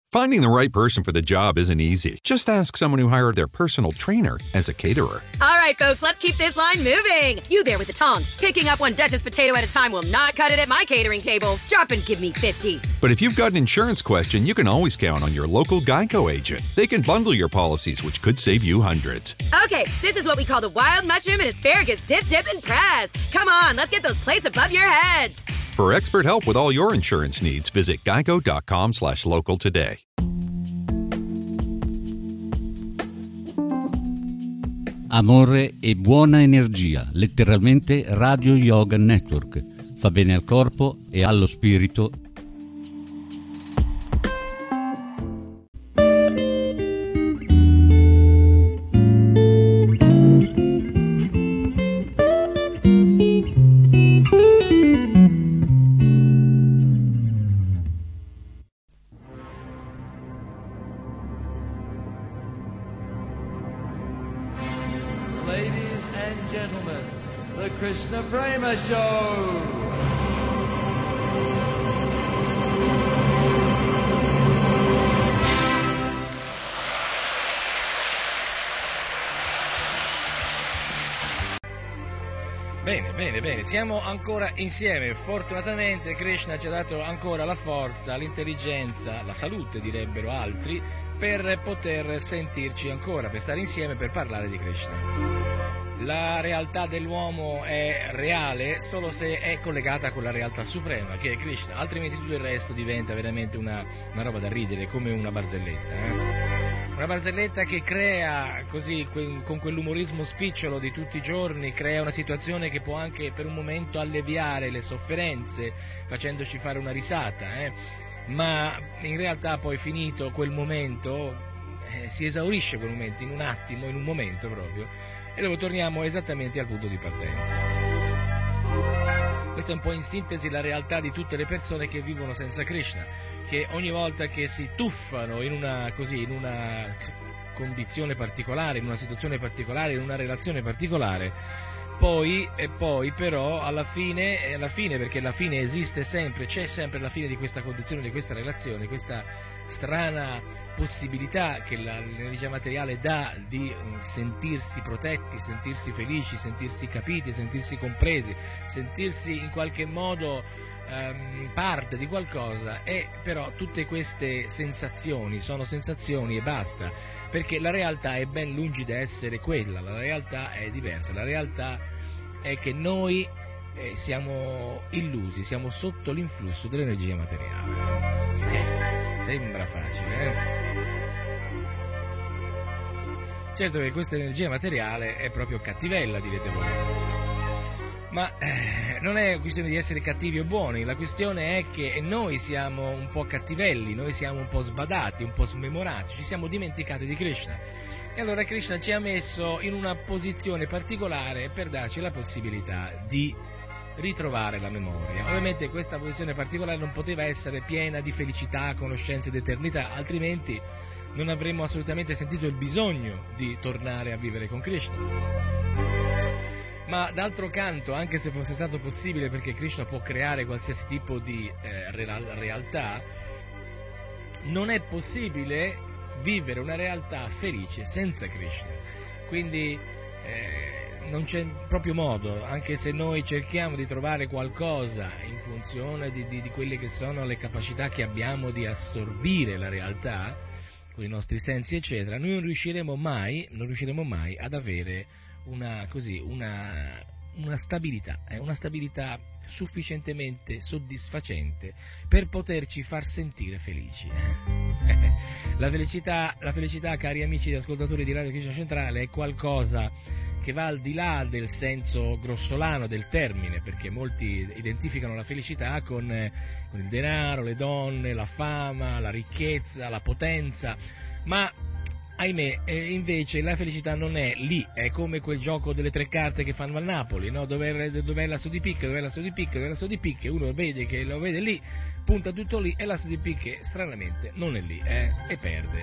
Finding the right person for the job isn't easy. Just ask someone who hired their personal trainer as a caterer. All right, folks, let's keep this line moving. You there with the tongs. Picking up one Duchess potato at a time will not cut it at my catering table. Drop and give me 50. But if you've got an insurance question, you can always count on your local Geico agent. They can bundle your policies, which could save you hundreds. Okay, this is what we call the wild mushroom and asparagus dip, and press. Come on, let's get those plates above your heads. For expert help with all your insurance needs, visit geico.com/local today. Amore e buona energia, letteralmente Radio Yoga Network. Fa bene al corpo e allo spirito. Bene, siamo ancora insieme. Fortunatamente Krishna ci ha dato ancora la forza, l'intelligenza, la salute direbbero altri, per poter sentirci ancora, per stare insieme, per parlare di Krishna. La realtà dell'uomo è reale solo se è collegata con la realtà suprema, che è Krishna, altrimenti tutto il resto diventa veramente una roba da ridere, come una barzelletta. Una barzelletta che crea, così, con quell'umorismo spicciolo di tutti i giorni, crea una situazione che può anche per un momento alleviare le sofferenze, facendoci fare una risata, ma in realtà poi finito quel momento, si esaurisce quel momento, in un attimo, in un momento proprio, e dopo torniamo esattamente al punto di partenza. Questa è un po' in sintesi la realtà di tutte le persone che vivono senza Krishna, che ogni volta che si tuffano in una condizione particolare, in una situazione particolare, in una relazione particolare, poi però alla fine, perché la fine esiste sempre, c'è sempre la fine di questa condizione, di questa relazione, questa strana possibilità che l'energia materiale dà di sentirsi protetti, sentirsi felici, sentirsi capiti, sentirsi compresi, sentirsi in qualche modo parte di qualcosa, e però tutte queste sensazioni sono sensazioni e basta, perché la realtà è ben lungi da essere quella, la realtà è diversa, la realtà è che noi siamo illusi, siamo sotto l'influsso dell'energia materiale. Sembra facile, Certo che questa energia materiale è proprio cattivella, direte voi. Ma non è questione di essere cattivi o buoni, la questione è che noi siamo un po' cattivelli, noi siamo un po' sbadati, un po' smemorati, ci siamo dimenticati di Krishna. E allora Krishna ci ha messo in una posizione particolare per darci la possibilità di ritrovare la memoria. Ovviamente questa posizione particolare non poteva essere piena di felicità, conoscenza ed eternità, altrimenti non avremmo assolutamente sentito il bisogno di tornare a vivere con Krishna. Ma d'altro canto, anche se fosse stato possibile, perché Krishna può creare qualsiasi tipo di realtà, non è possibile vivere una realtà felice senza Krishna. Quindi non c'è proprio modo, anche se noi cerchiamo di trovare qualcosa in funzione di quelle che sono le capacità che abbiamo di assorbire la realtà, con i nostri sensi eccetera, noi non riusciremo mai ad avere una stabilità sufficientemente soddisfacente per poterci far sentire felici. La felicità, cari amici e ascoltatori di Radio Krishna Centrale, è qualcosa che va al di là del senso grossolano del termine, perché molti identificano la felicità con il denaro, le donne, la fama, la ricchezza, la potenza, ma ahimè, invece la felicità non è lì, è come quel gioco delle tre carte che fanno a Napoli, no? Dov'è l'asso di picche, uno vede che lo vede lì, punta tutto lì, e l'asso di picche stranamente non è lì, e perde.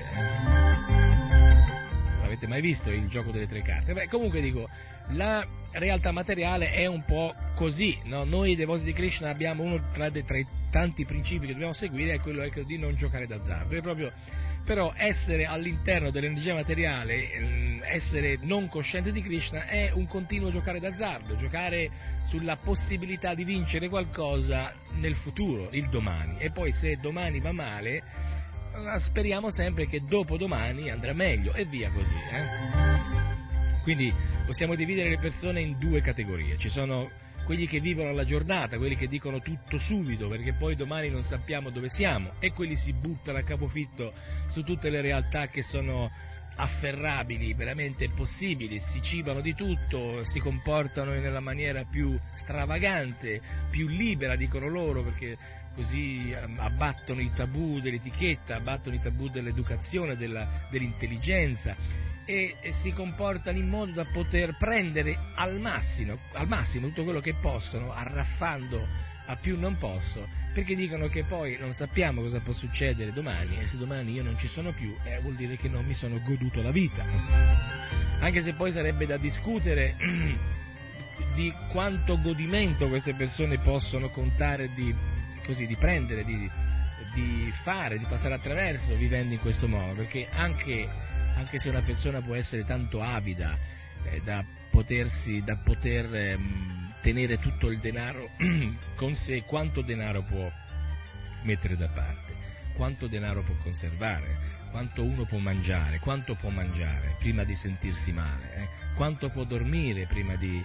Avete mai visto il gioco delle tre carte? Beh, comunque dico, la realtà materiale è un po' così, no? Noi devoti di Krishna abbiamo uno tra i tanti principi che dobbiamo seguire è quello di non giocare d'azzardo. È proprio, però essere all'interno dell'energia materiale, essere non cosciente di Krishna è un continuo giocare d'azzardo, giocare sulla possibilità di vincere qualcosa nel futuro, il domani, e poi se domani va male speriamo sempre che dopodomani andrà meglio e via così. Quindi possiamo dividere le persone in due categorie: ci sono quelli che vivono la giornata, quelli che dicono tutto subito perché poi domani non sappiamo dove siamo, e quelli si buttano a capofitto su tutte le realtà che sono afferrabili, veramente possibili, si cibano di tutto, si comportano nella maniera più stravagante, più libera, dicono loro, perché così abbattono i tabù dell'etichetta, abbattono i tabù dell'educazione, dell'intelligenza, e si comportano in modo da poter prendere al massimo tutto quello che possono, arraffando a più non posso, perché dicono che poi non sappiamo cosa può succedere domani, e se domani io non ci sono più vuol dire che non mi sono goduto la vita, anche se poi sarebbe da discutere di quanto godimento queste persone possono contare di prendere, di fare, di passare attraverso vivendo in questo modo, perché anche se una persona può essere tanto avida da poter tenere tutto il denaro con sé, quanto denaro può mettere da parte, quanto denaro può conservare, quanto uno può mangiare, quanto può mangiare prima di sentirsi male, quanto può dormire prima di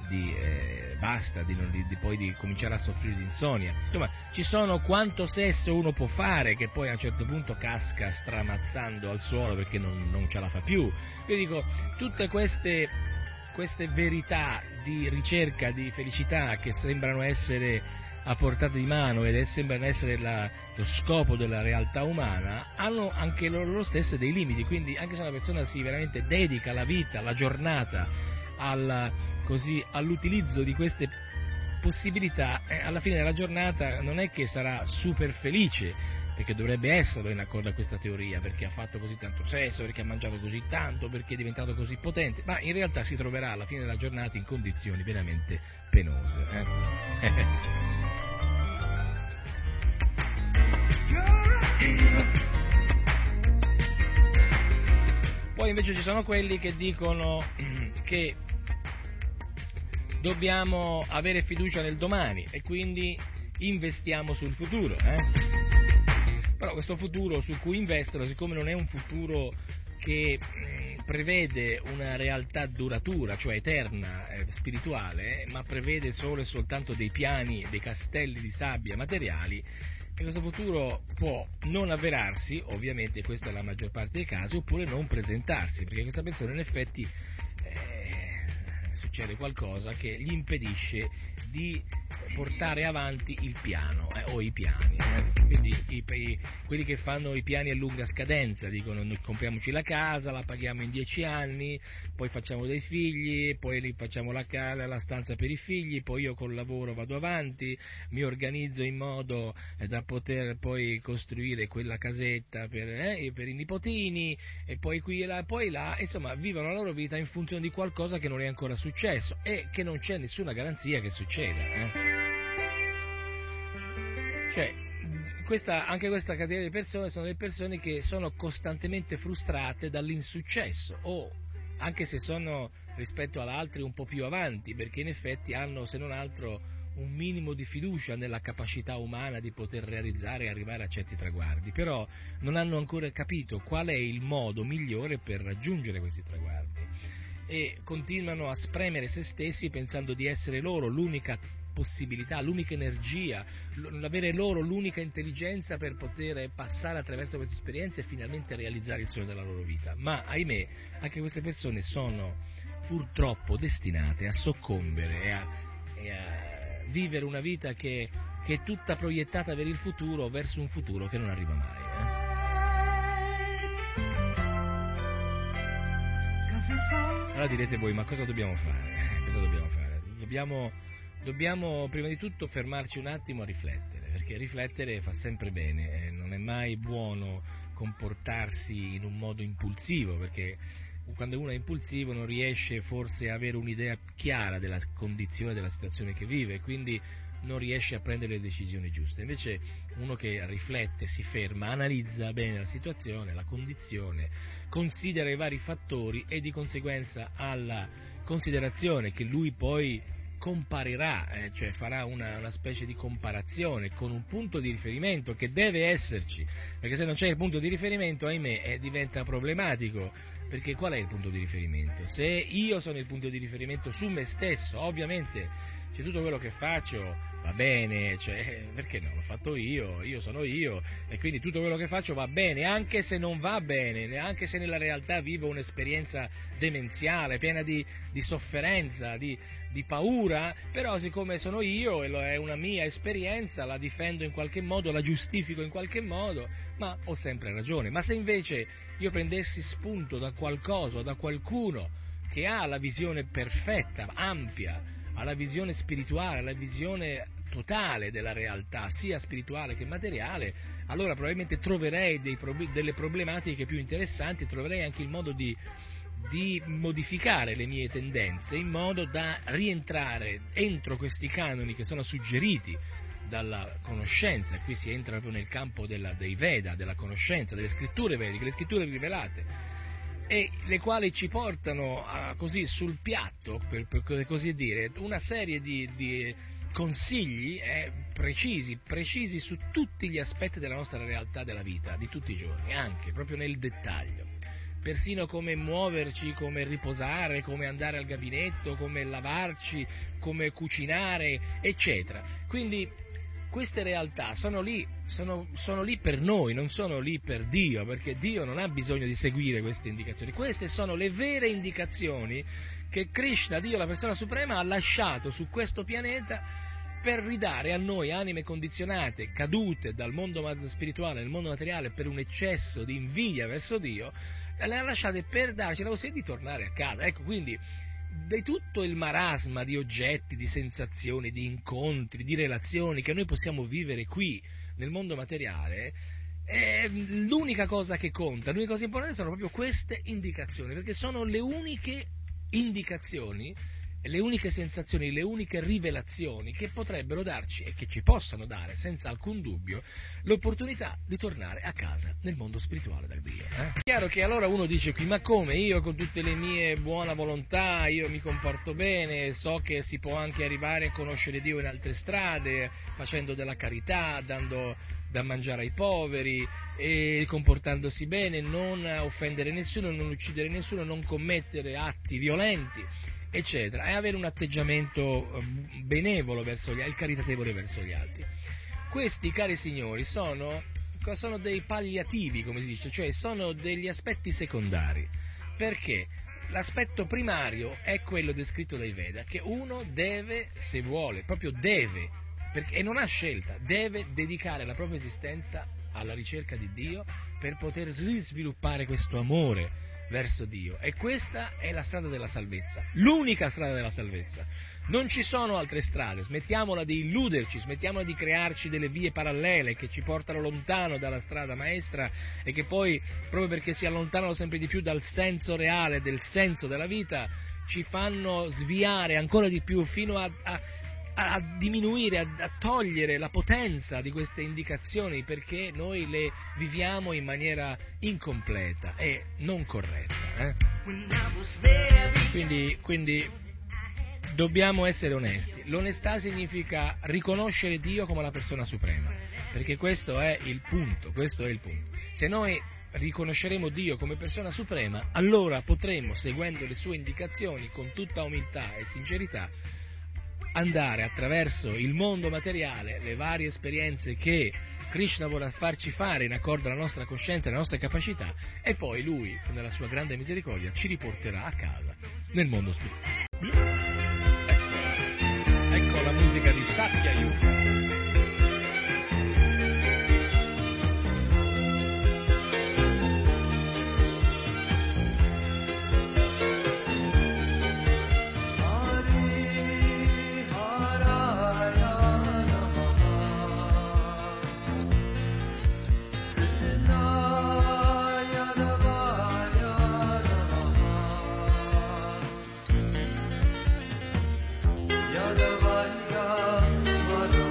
poi di cominciare a soffrire di insonnia. Insomma, ci sono quanto sesso uno può fare, che poi a un certo punto casca stramazzando al suolo perché non ce la fa più. Io dico, tutte queste verità di ricerca di felicità che sembrano essere a portata di mano ed sembrano essere lo scopo della realtà umana, hanno anche loro stesse dei limiti. Quindi anche se una persona si veramente dedica la vita, la giornata all'utilizzo di queste possibilità, alla fine della giornata non è che sarà super felice, perché dovrebbe esserlo in accordo a questa teoria, perché ha fatto così tanto sesso, perché ha mangiato così tanto, perché è diventato così potente, ma in realtà si troverà alla fine della giornata in condizioni veramente penose. Poi invece ci sono quelli che dicono che dobbiamo avere fiducia nel domani e quindi investiamo sul futuro. Però questo futuro su cui investono, siccome non è un futuro che prevede una realtà duratura, cioè eterna, spirituale, ma prevede solo e soltanto dei piani, dei castelli di sabbia materiali, e questo futuro può non avverarsi, ovviamente questa è la maggior parte dei casi, oppure non presentarsi, perché questa persona in effetti succede qualcosa che gli impedisce di portare avanti il piano o i piani. Quindi quelli che fanno i piani a lunga scadenza dicono: noi compriamoci la casa, la paghiamo in 10 anni, poi facciamo dei figli, poi facciamo la stanza per i figli, poi io col lavoro vado avanti, mi organizzo in modo da poter poi costruire quella casetta per i nipotini, e poi qui e là, poi là, insomma vivono la loro vita in funzione di qualcosa che non è ancora successo e che non c'è nessuna garanzia che succeda. Cioè, anche questa categoria di persone sono delle persone che sono costantemente frustrate dall'insuccesso, o anche se sono rispetto ad altri un po' più avanti, perché in effetti hanno, se non altro, un minimo di fiducia nella capacità umana di poter realizzare e arrivare a certi traguardi, però non hanno ancora capito qual è il modo migliore per raggiungere questi traguardi e continuano a spremere se stessi pensando di essere loro l'unica possibilità, l'unica energia, avere loro l'unica intelligenza per poter passare attraverso queste esperienze e finalmente realizzare il sogno della loro vita. Ma ahimè, anche queste persone sono purtroppo destinate a soccombere e a vivere una vita che è tutta proiettata per il futuro, verso un futuro che non arriva mai. Allora direte voi, ma cosa dobbiamo fare? Cosa dobbiamo fare? Dobbiamo prima di tutto fermarci un attimo a riflettere, perché riflettere fa sempre bene, non è mai buono comportarsi in un modo impulsivo, perché quando uno è impulsivo non riesce forse a avere un'idea chiara della condizione, della situazione che vive, quindi non riesce a prendere le decisioni giuste. Invece uno che riflette, si ferma, analizza bene la situazione, la condizione, considera i vari fattori e di conseguenza alla considerazione che lui poi comparirà, cioè farà una specie di comparazione con un punto di riferimento che deve esserci, perché se non c'è il punto di riferimento, ahimè, diventa problematico, perché qual è il punto di riferimento? Se io sono il punto di riferimento su me stesso, ovviamente c'è tutto quello che faccio va bene, cioè, perché no? L'ho fatto io sono io, e quindi tutto quello che faccio va bene, anche se non va bene, anche se nella realtà vivo un'esperienza demenziale, piena di sofferenza, di paura, però siccome sono io e è una mia esperienza, la difendo in qualche modo, la giustifico in qualche modo, ma ho sempre ragione. Ma se invece io prendessi spunto da qualcosa, da qualcuno che ha la visione perfetta, ampia, ha la visione spirituale, la visione totale della realtà, sia spirituale che materiale, allora probabilmente troverei delle problematiche più interessanti, troverei anche il modo di modificare le mie tendenze in modo da rientrare entro questi canoni che sono suggeriti dalla conoscenza. Qui si entra proprio nel campo dei Veda, della conoscenza, delle scritture vediche, le scritture rivelate, e le quali ci portano così sul piatto, per così dire, una serie di consigli precisi su tutti gli aspetti della nostra realtà della vita, di tutti i giorni, anche proprio nel dettaglio, persino come muoverci, come riposare, come andare al gabinetto, come lavarci, come cucinare, eccetera. Quindi queste realtà sono lì per noi, non sono lì per Dio, perché Dio non ha bisogno di seguire queste indicazioni. Queste sono le vere indicazioni che Krishna, Dio, la persona suprema, ha lasciato su questo pianeta per ridare a noi, anime condizionate, cadute dal mondo spirituale nel mondo materiale per un eccesso di invidia verso Dio, le ha lasciate per darci la possibilità di tornare a casa. Ecco, quindi di tutto il marasma di oggetti, di sensazioni, di incontri, di relazioni che noi possiamo vivere qui nel mondo materiale, l'unica cosa che conta, l'unica cosa importante sono proprio queste indicazioni, perché sono le uniche indicazioni, le uniche sensazioni, le uniche rivelazioni che potrebbero darci e che ci possano dare senza alcun dubbio l'opportunità di tornare a casa nel mondo spirituale del Dio. È chiaro che allora uno dice qui, ma come, io con tutte le mie buona volontà, io mi comporto bene, so che si può anche arrivare a conoscere Dio in altre strade, facendo della carità, dando da mangiare ai poveri, e comportandosi bene, non offendere nessuno, non uccidere nessuno, non commettere atti violenti, eccetera, e avere un atteggiamento benevolo verso gli altri, caritatevole verso gli altri. Questi, cari signori, sono dei palliativi, come si dice, cioè sono degli aspetti secondari, perché l'aspetto primario è quello descritto dai Veda, che uno deve, se vuole, proprio deve, e non ha scelta, deve dedicare la propria esistenza alla ricerca di Dio per poter risviluppare questo amore verso Dio, e questa è la strada della salvezza, l'unica strada della salvezza. Non ci sono altre strade, smettiamola di illuderci, smettiamola di crearci delle vie parallele che ci portano lontano dalla strada maestra e che poi, proprio perché si allontanano sempre di più dal senso reale, del senso della vita, ci fanno sviare ancora di più fino a diminuire, a togliere la potenza di queste indicazioni, perché noi le viviamo in maniera incompleta e non corretta. Quindi dobbiamo essere onesti. L'onestà significa riconoscere Dio come la persona suprema, perché questo è il punto. Se noi riconosceremo Dio come persona suprema, allora potremo, seguendo le sue indicazioni con tutta umiltà e sincerità, andare attraverso il mondo materiale, le varie esperienze che Krishna vuole farci fare in accordo alla nostra coscienza e alla nostra capacità, e poi Lui, nella sua grande misericordia, ci riporterà a casa nel mondo spirituale. Ecco la musica di Satya Yuga. Yadavaya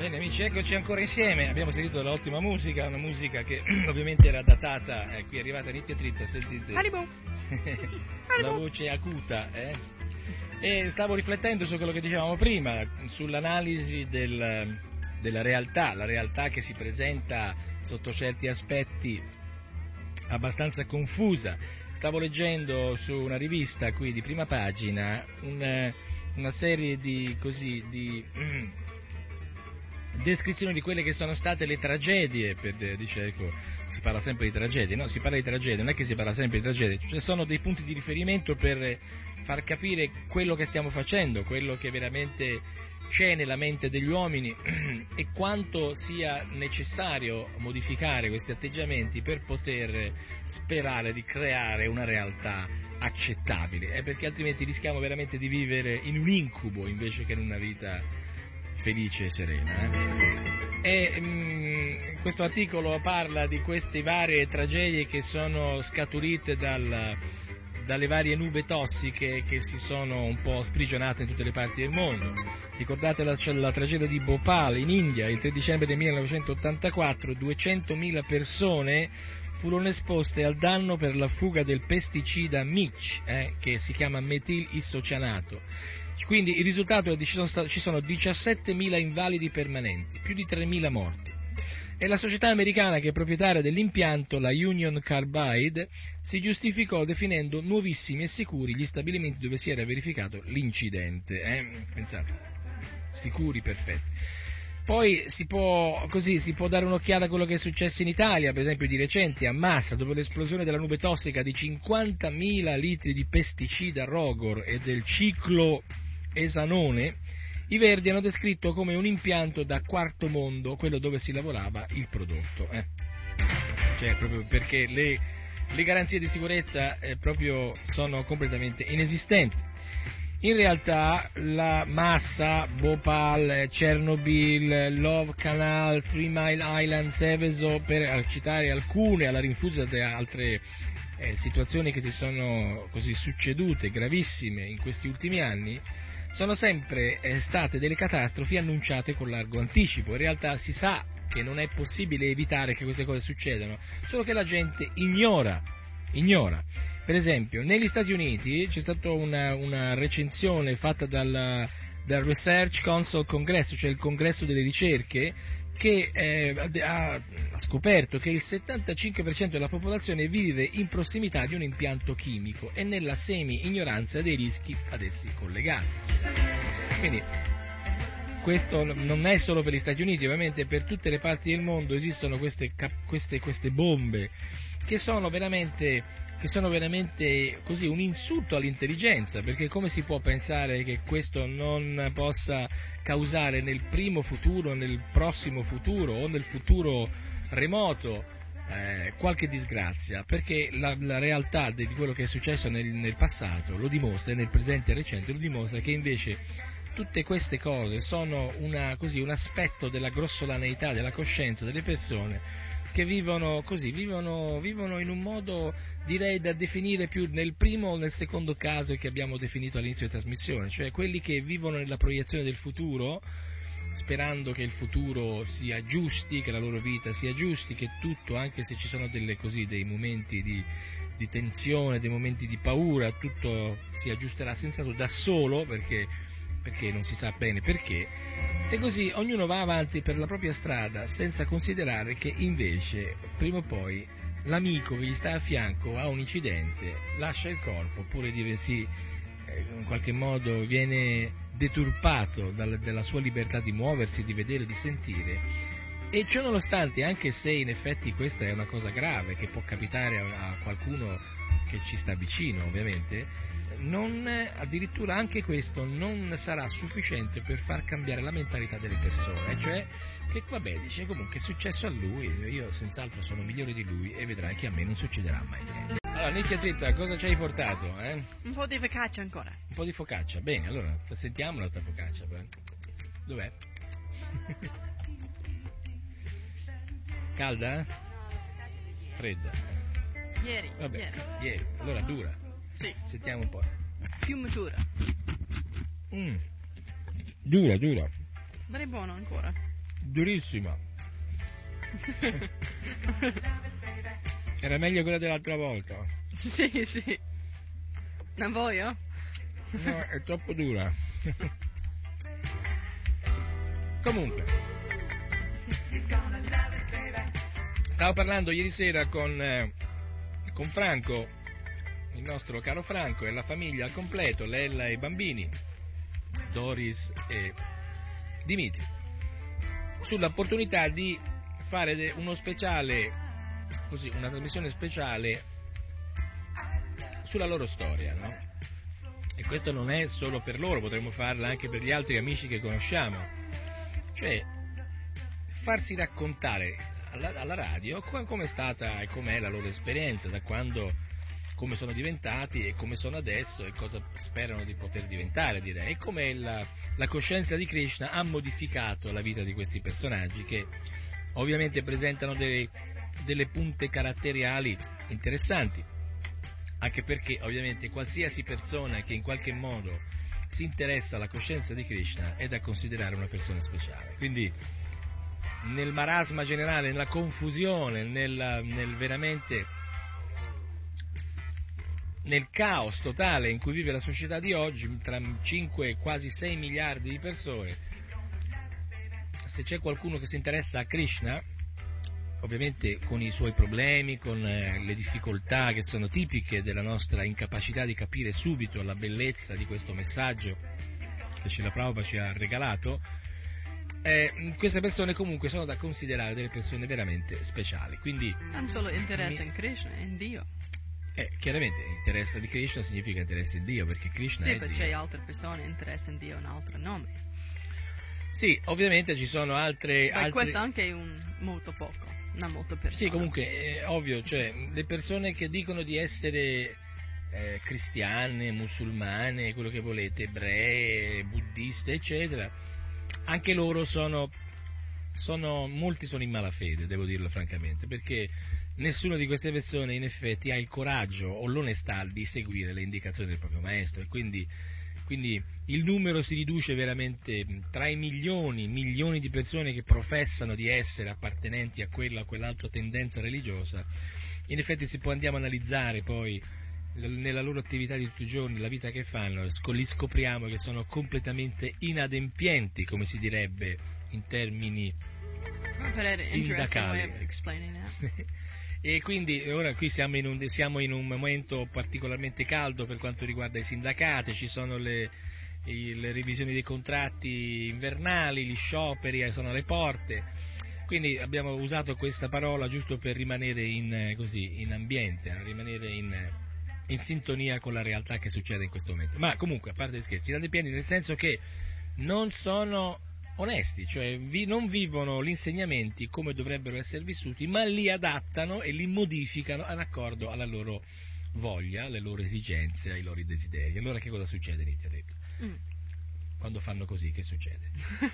Bene amici, eccoci ancora insieme, abbiamo sentito dell'ottima musica, una musica che ovviamente era datata, qui è arrivata Nitya Tritta, sentite la voce acuta, E stavo riflettendo su quello che dicevamo prima, sull'analisi della realtà, la realtà che si presenta sotto certi aspetti abbastanza confusa. Stavo leggendo su una rivista qui di prima pagina una serie di descrizioni di quelle che sono state le tragedie, si parla sempre di tragedie, no? Si parla di tragedie, non è che si parla sempre di tragedie, ci sono dei punti di riferimento per far capire quello che stiamo facendo, quello che veramente c'è nella mente degli uomini e quanto sia necessario modificare questi atteggiamenti per poter sperare di creare una realtà accettabile, perché altrimenti rischiamo veramente di vivere in un incubo invece che in una vita felice e serena. Questo articolo parla di queste varie tragedie che sono scaturite dalle varie nube tossiche che si sono un po' sprigionate in tutte le parti del mondo. Ricordate la tragedia di Bhopal in India, il 3 dicembre del 1984, 200.000 persone furono esposte al danno per la fuga del pesticida Mitch, che si chiama metil-isocianato. Quindi il risultato è che ci sono 17.000 invalidi permanenti, più di 3.000 morti. E la società americana che è proprietaria dell'impianto, la Union Carbide, si giustificò definendo nuovissimi e sicuri gli stabilimenti dove si era verificato l'incidente. Pensate, sicuri, perfetti. Poi si può dare un'occhiata a quello che è successo in Italia, per esempio di recente a Massa, dopo l'esplosione della nube tossica di 50.000 litri di pesticida Rogor e del cicloesanone. I Verdi hanno descritto come un impianto da quarto mondo, quello dove si lavorava il prodotto. Cioè, proprio perché le garanzie di sicurezza proprio sono completamente inesistenti. In realtà la Massa, Bhopal, Chernobyl, Love Canal, 3 Mile Island, Seveso, per citare alcune, alla rinfusa di altre situazioni che si sono così succedute, gravissime, in questi ultimi anni, sono sempre state delle catastrofi annunciate con largo anticipo. In realtà si sa che non è possibile evitare che queste cose succedano, solo che la gente ignora. Per esempio, negli Stati Uniti c'è stata una recensione fatta dal Research Council Congress, cioè il congresso delle ricerche, che ha scoperto che il 75% della popolazione vive in prossimità di un impianto chimico e nella semi-ignoranza dei rischi ad essi collegati. Quindi questo non è solo per gli Stati Uniti, ovviamente per tutte le parti del mondo esistono queste bombe che sono veramente così un insulto all'intelligenza, perché come si può pensare che questo non possa causare nel primo futuro, nel prossimo futuro o nel futuro remoto qualche disgrazia? Perché la realtà di quello che è successo nel passato lo dimostra, e nel presente recente lo dimostra, che invece tutte queste cose sono un aspetto della grossolaneità della coscienza delle persone che vivono in un modo, direi, da definire più nel primo o nel secondo caso che abbiamo definito all'inizio della trasmissione, cioè quelli che vivono nella proiezione del futuro, sperando che il futuro si aggiusti, che la loro vita si aggiusti, che tutto, anche se ci sono dei momenti di tensione, dei momenti di paura, tutto si aggiusterà senz'altro da solo, perché non si sa bene perché, e così ognuno va avanti per la propria strada senza considerare che invece prima o poi l'amico che gli sta a fianco ha un incidente, lascia il corpo, oppure in qualche modo viene deturpato dalla sua libertà di muoversi, di vedere, di sentire. E ciò nonostante, anche se in effetti questa è una cosa grave che può capitare a qualcuno che ci sta vicino, ovviamente, addirittura anche questo non sarà sufficiente per far cambiare la mentalità delle persone, cioè che vabbè, dice, comunque è successo a lui, io senz'altro sono migliore di lui e vedrai che a me non succederà mai niente. Allora, Nitya Tritta, cosa ci hai portato? Un po' di focaccia ancora. Un po' di focaccia, bene, allora sentiamola sta focaccia. Dov'è? Calda? Fredda? Ieri. Vabbè, ieri. Allora dura. Sì. Sentiamo un po'. Più matura. Dura. Ma è buono ancora. durissima. Era meglio quella dell'altra volta. Sì, sì. Non voglio? No, è troppo dura. Comunque, stavo parlando ieri sera con Franco, il nostro caro Franco, e la famiglia al completo, Lella e i bambini, Doris e Dimitri, sull'opportunità di fare uno speciale, così, una trasmissione speciale sulla loro storia, no? E questo non è solo per loro, potremmo farla anche per gli altri amici che conosciamo. Cioè, farsi raccontare alla radio come è stata e com'è la loro esperienza, da quando, come sono diventati e come sono adesso e cosa sperano di poter diventare, direi, e come la coscienza di Krishna ha modificato la vita di questi personaggi, che ovviamente presentano delle punte caratteriali interessanti, anche perché ovviamente qualsiasi persona che in qualche modo si interessa alla coscienza di Krishna è da considerare una persona speciale. Quindi nel marasma generale, nella confusione, nel veramente nel caos totale in cui vive la società di oggi, tra 5 quasi 6 miliardi di persone, se c'è qualcuno che si interessa a Krishna, ovviamente con i suoi problemi, con le difficoltà che sono tipiche della nostra incapacità di capire subito la bellezza di questo messaggio che Srila Prabhupada ci ha regalato, queste persone comunque sono da considerare delle persone veramente speciali. Quindi Non solo interesse in Krishna, in Dio. Chiaramente interesse di Krishna significa interesse in Dio, perché Krishna sì, è perché Dio. c'è altre persone interesse in Dio un altro nome. Sì, ovviamente ci sono altre... Questo anche è molto poco, non molto persone. Sì, comunque è ovvio, cioè le persone che dicono di essere cristiane, musulmane, quello che volete, ebree, buddiste, eccetera, anche loro molti sono in malafede, devo dirlo francamente, perché nessuna di queste persone in effetti ha il coraggio o l'onestà di seguire le indicazioni del proprio maestro, e quindi il numero si riduce veramente tra i milioni di persone che professano di essere appartenenti a quella o quell'altra tendenza religiosa. In effetti, se poi andiamo a analizzare poi nella loro attività di tutti i giorni, la vita che fanno, li scopriamo che sono completamente inadempienti, come si direbbe in termini sindacali. E quindi ora qui siamo in un momento particolarmente caldo per quanto riguarda i sindacati, ci sono le revisioni dei contratti invernali, gli scioperi sono alle porte, quindi abbiamo usato questa parola giusto per rimanere in ambiente, rimanere in sintonia con la realtà che succede in questo momento. Ma comunque, a parte gli scherzi, inadempienti nel senso che non sono onesti, cioè non vivono gli insegnamenti come dovrebbero essere vissuti, ma li adattano e li modificano in accordo alla loro voglia, alle loro esigenze, ai loro desideri. Allora che cosa succede, Nitya? Quando fanno così, che succede?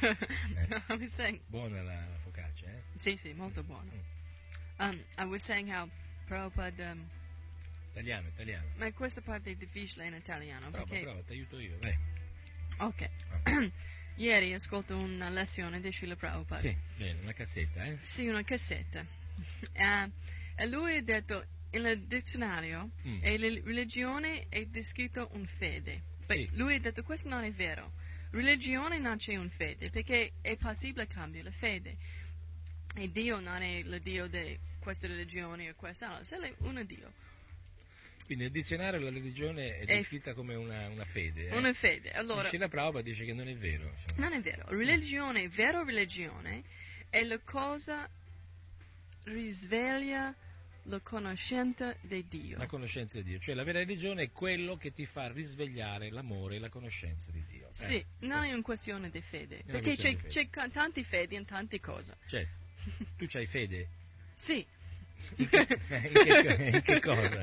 Buona la focaccia, eh? Sì, molto buona. I was saying how Prabhupada... Italiano. Ma questa parte è difficile in italiano. Prova, ti aiuto io, vai. Ok. Ieri ascolto una lezione di Srila Prabhupada. Sì, bene, una cassetta, eh? Sì, una cassetta. E lui ha detto, nel dizionario, la religione è descritto un fede. Sì. Lui ha detto, questo non è vero. Religione non c'è un fede, perché è possibile cambiare la fede. E Dio non è il Dio di questa religione o quest'altra, è un Dio. Quindi nel dizionario la religione è descritta come una fede. Una fede. Allora, Srila Prabhupada dice che non è vero. Non è vero. Religione, vera religione, è la cosa risveglia la conoscenza di Dio. La conoscenza di Dio. Cioè la vera religione è quello che ti fa risvegliare l'amore e la conoscenza di Dio. Sì, non è una questione di fede. Perché c'è tanti fedi in tante cose. Certo. Tu c'hai fede? Sì. In che cosa?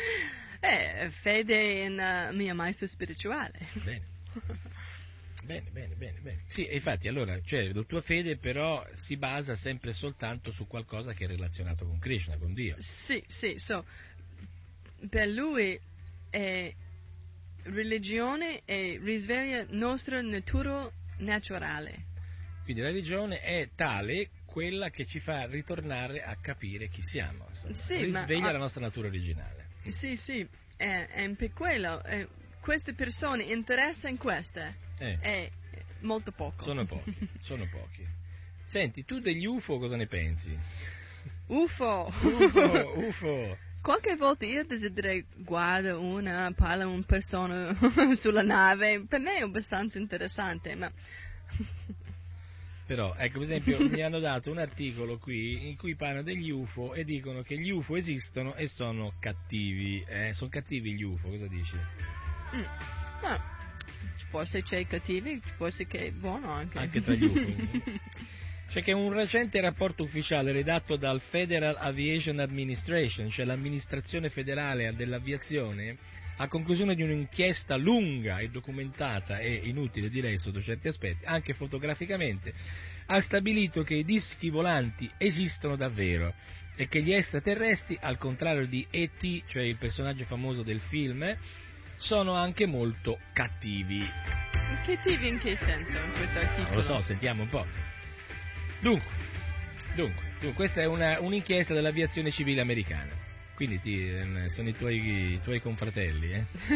Fede in mio maestro spirituale. Bene. Sì, infatti, allora, cioè, la tua fede però si basa sempre e soltanto su qualcosa che è relazionato con Krishna, con Dio. Sì, per lui religione risveglia nostra natura naturale. Quindi la religione è tale, quella che ci fa ritornare a capire chi siamo, risveglia la nostra natura originale. Sì, è per quello, queste persone interessate in queste è molto poco. Sono pochi. Senti, tu degli UFO cosa ne pensi? UFO! Qualche volta io desidero guardare parla una persona sulla nave, per me è abbastanza interessante, ma... Però, ecco, per esempio, mi hanno dato un articolo qui in cui parlano degli UFO e dicono che gli UFO esistono e sono cattivi. Sono cattivi gli UFO, cosa dici? Ma forse c'è cattivi, forse che è buono anche. Anche tra gli UFO. C'è che un recente rapporto ufficiale redatto dal Federal Aviation Administration, cioè l'amministrazione federale dell'aviazione, a conclusione di un'inchiesta lunga e documentata e inutile direi sotto certi aspetti, anche fotograficamente, ha stabilito che i dischi volanti esistono davvero e che gli extraterrestri, al contrario di E.T., cioè il personaggio famoso del film, sono anche molto cattivi. Cattivi in che senso in questo articolo? Non lo so, sentiamo un po'. Dunque, questa è un'inchiesta dell'aviazione civile americana. Quindi sono i tuoi confratelli,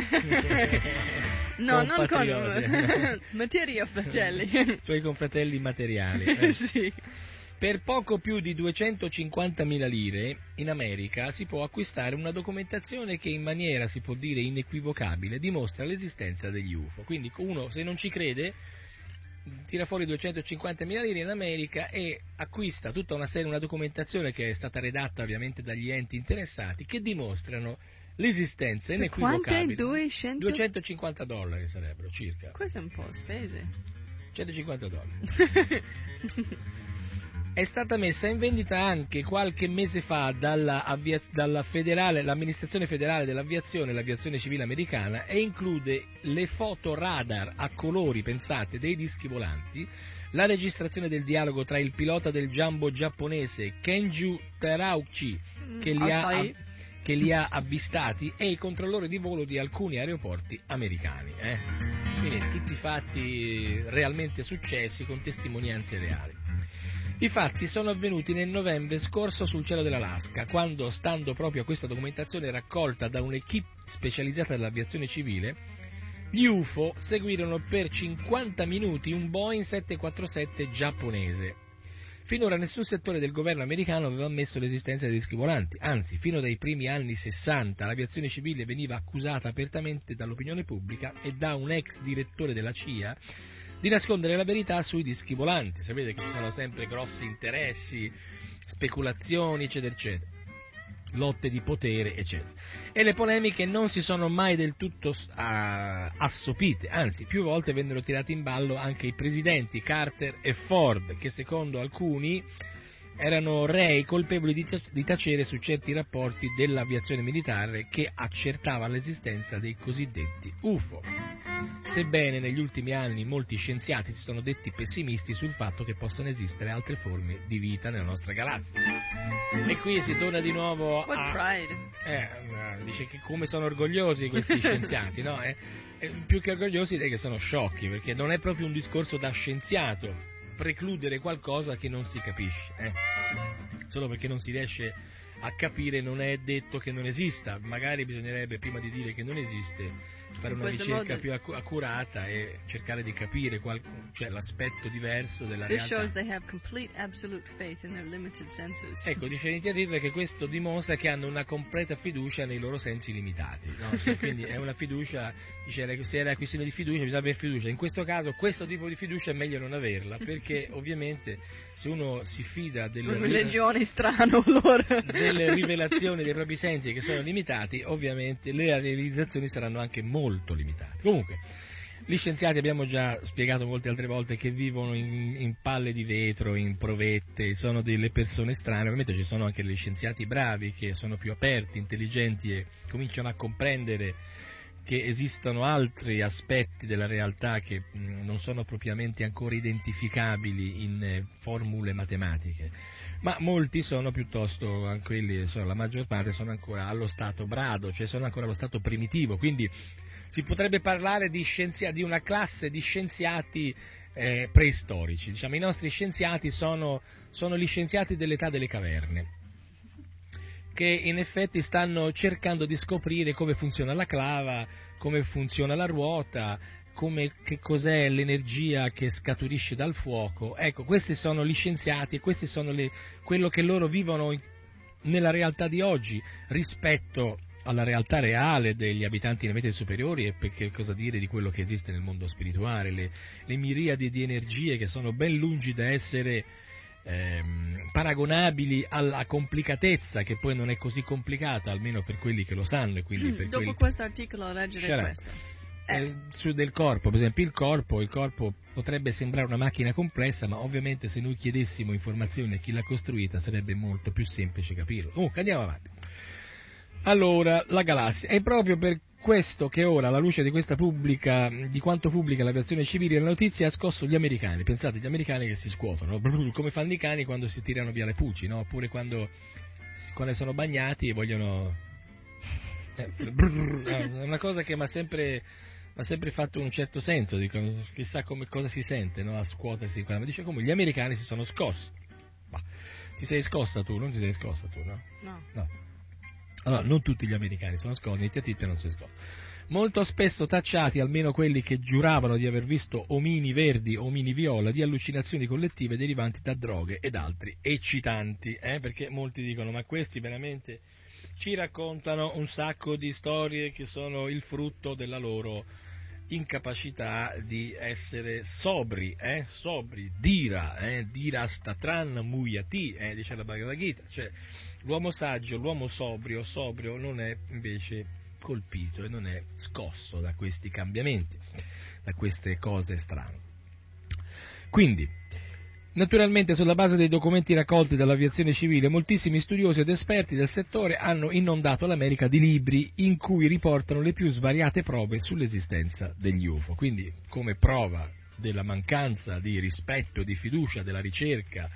No, non con materia fratelli. I tuoi confratelli materiali. Sì. Per poco più di 250.000 lire in America si può acquistare una documentazione che in maniera, si può dire, inequivocabile dimostra l'esistenza degli UFO. Quindi uno, se non ci crede, tira fuori 250.000 lire in America e acquista tutta una documentazione che è stata redatta ovviamente dagli enti interessati, che dimostrano l'esistenza inequivocabile. $250 sarebbero circa. Questo è un po' spese. $150. È stata messa in vendita anche qualche mese fa l'amministrazione federale dell'aviazione, l'aviazione civile americana, e include le foto radar a colori, pensate, dei dischi volanti, la registrazione del dialogo tra il pilota del jumbo giapponese Kenju Terauchi, che li ha avvistati, e i controllori di volo di alcuni aeroporti americani. Quindi tutti fatti realmente successi con testimonianze reali. I fatti sono avvenuti nel novembre scorso sul cielo dell'Alaska, quando, stando proprio a questa documentazione raccolta da un'equipe specializzata dell'aviazione civile, gli UFO seguirono per 50 minuti un Boeing 747 giapponese. Finora nessun settore del governo americano aveva ammesso l'esistenza dei dischi volanti, anzi, fino dai primi anni 60 l'aviazione civile veniva accusata apertamente dall'opinione pubblica e da un ex direttore della CIA di nascondere la verità sui dischi volanti. Sapete che ci sono sempre grossi interessi, speculazioni, eccetera, eccetera, lotte di potere, eccetera. E le polemiche non si sono mai del tutto assopite, anzi, più volte vennero tirati in ballo anche i presidenti Carter e Ford, che secondo alcuni erano rei colpevoli di tacere su certi rapporti dell'aviazione militare che accertava l'esistenza dei cosiddetti UFO. Sebbene negli ultimi anni molti scienziati si sono detti pessimisti sul fatto che possano esistere altre forme di vita nella nostra galassia. E qui si torna di nuovo dice che come sono orgogliosi questi scienziati, no? Più che orgogliosi direi che sono sciocchi, perché non è proprio un discorso da scienziato precludere qualcosa che non si capisce. Solo perché non si riesce a capire non è detto che non esista. Magari bisognerebbe, prima di dire che non esiste, fare una ricerca più accurata e cercare di capire cioè l'aspetto diverso della realtà. Ecco, dice l'iniziativa che questo dimostra che hanno una completa fiducia nei loro sensi limitati, no? Cioè, quindi è una fiducia, dice, se era questione di fiducia bisogna avere fiducia. In questo caso questo tipo di fiducia è meglio non averla, perché ovviamente se uno si fida delle rivelazioni dei propri sensi, che sono limitati, ovviamente le realizzazioni saranno anche molto limitate. Comunque, gli scienziati, abbiamo già spiegato molte altre volte, che vivono in palle di vetro, in provette, sono delle persone strane. Ovviamente ci sono anche gli scienziati bravi che sono più aperti, intelligenti e cominciano a comprendere che esistono altri aspetti della realtà che non sono propriamente ancora identificabili in formule matematiche, ma molti sono piuttosto, la maggior parte sono ancora allo stato brado, cioè sono ancora allo stato primitivo, quindi si potrebbe parlare di una classe di scienziati preistorici. Diciamo, i nostri scienziati sono gli scienziati dell'età delle caverne, che in effetti stanno cercando di scoprire come funziona la clava, come funziona la ruota, che cos'è l'energia che scaturisce dal fuoco. Ecco, questi sono gli scienziati e questi sono quello che loro vivono nella realtà di oggi rispetto alla realtà reale degli abitanti delle mete superiori, e perché cosa dire di quello che esiste nel mondo spirituale, le miriadi di energie che sono ben lungi da essere paragonabili alla complicatezza, che poi non è così complicata, almeno per quelli che lo sanno. E quindi per dopo questo articolo leggere questo. Del corpo, per esempio il corpo potrebbe sembrare una macchina complessa, ma ovviamente se noi chiedessimo informazioni a chi l'ha costruita sarebbe molto più semplice capirlo. Comunque andiamo avanti. Allora, la galassia, è proprio per questo che ora, alla luce di quanto pubblica l'aviazione civile, la notizia ha scosso gli americani. Pensate, gli americani che si scuotono, come fanno i cani quando si tirano via le pulci, no? Oppure quando sono bagnati e vogliono... è una cosa che mi ha sempre fatto un certo senso, dico, chissà cosa si sente, no? A scuotersi, ma dice come gli americani si sono scossi. Ma ti sei scossa tu? Non ti sei scossa tu, no? No. Allora, non tutti gli americani sono scossi, né Tippia non si è scosso. Molto spesso tacciati, almeno quelli che giuravano di aver visto omini verdi o omini viola, di allucinazioni collettive derivanti da droghe ed altri eccitanti, perché molti dicono, ma questi veramente ci raccontano un sacco di storie che sono il frutto della loro incapacità di essere sobri, dira statran muyati, dice la Bhagavad Gita, cioè l'uomo saggio, l'uomo sobrio non è invece colpito e non è scosso da questi cambiamenti, da queste cose strane. Quindi, naturalmente, sulla base dei documenti raccolti dall'aviazione civile, moltissimi studiosi ed esperti del settore hanno inondato l'America di libri in cui riportano le più svariate prove sull'esistenza degli UFO. Quindi, come prova della mancanza di rispetto e di fiducia della ricerca,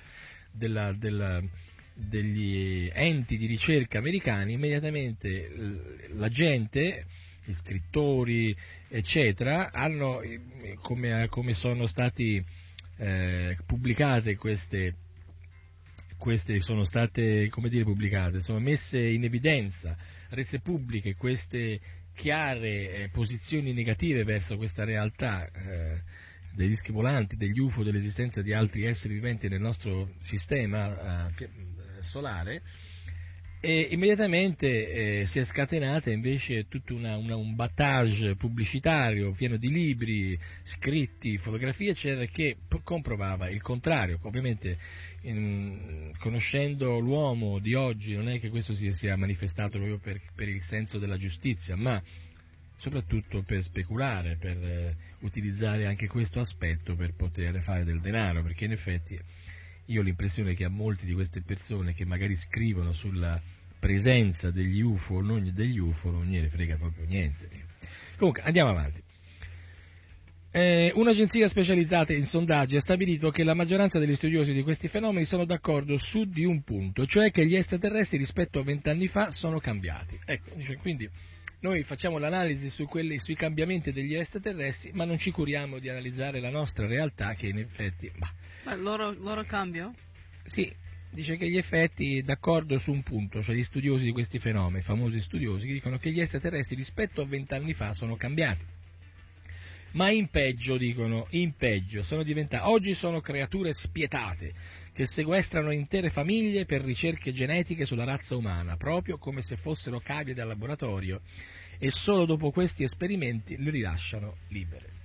degli enti di ricerca americani, immediatamente la gente, gli scrittori, eccetera, hanno, come sono stati pubblicate queste sono state, pubblicate, sono messe in evidenza, rese pubbliche queste chiare posizioni negative verso questa realtà dei dischi volanti, degli UFO, dell'esistenza di altri esseri viventi nel nostro sistema solare, e immediatamente si è scatenata invece tutto un battage pubblicitario pieno di libri, scritti, fotografie, eccetera, che comprovava il contrario. Ovviamente, conoscendo l'uomo di oggi, non è che questo sia manifestato proprio per il senso della giustizia, ma soprattutto per speculare, per utilizzare anche questo aspetto per poter fare del denaro, perché in effetti io ho l'impressione che a molti di queste persone che magari scrivono sulla presenza degli UFO o non degli UFO non gliene frega proprio niente. Comunque, andiamo avanti. Un'agenzia specializzata in sondaggi ha stabilito che la maggioranza degli studiosi di questi fenomeni sono d'accordo su di un punto, cioè che gli extraterrestri rispetto a 20 anni fa sono cambiati. Ecco, quindi noi facciamo l'analisi sui cambiamenti degli extraterrestri, ma non ci curiamo di analizzare la nostra realtà, che in effetti... Ma loro cambio? Sì, dice che gli effetti, d'accordo su un punto, cioè gli studiosi di questi fenomeni, famosi studiosi, che dicono che gli extraterrestri rispetto a 20 anni fa sono cambiati. Ma in peggio, dicono, sono diventati, oggi sono creature spietate, che sequestrano intere famiglie per ricerche genetiche sulla razza umana, proprio come se fossero cavie da laboratorio, e solo dopo questi esperimenti le rilasciano libere.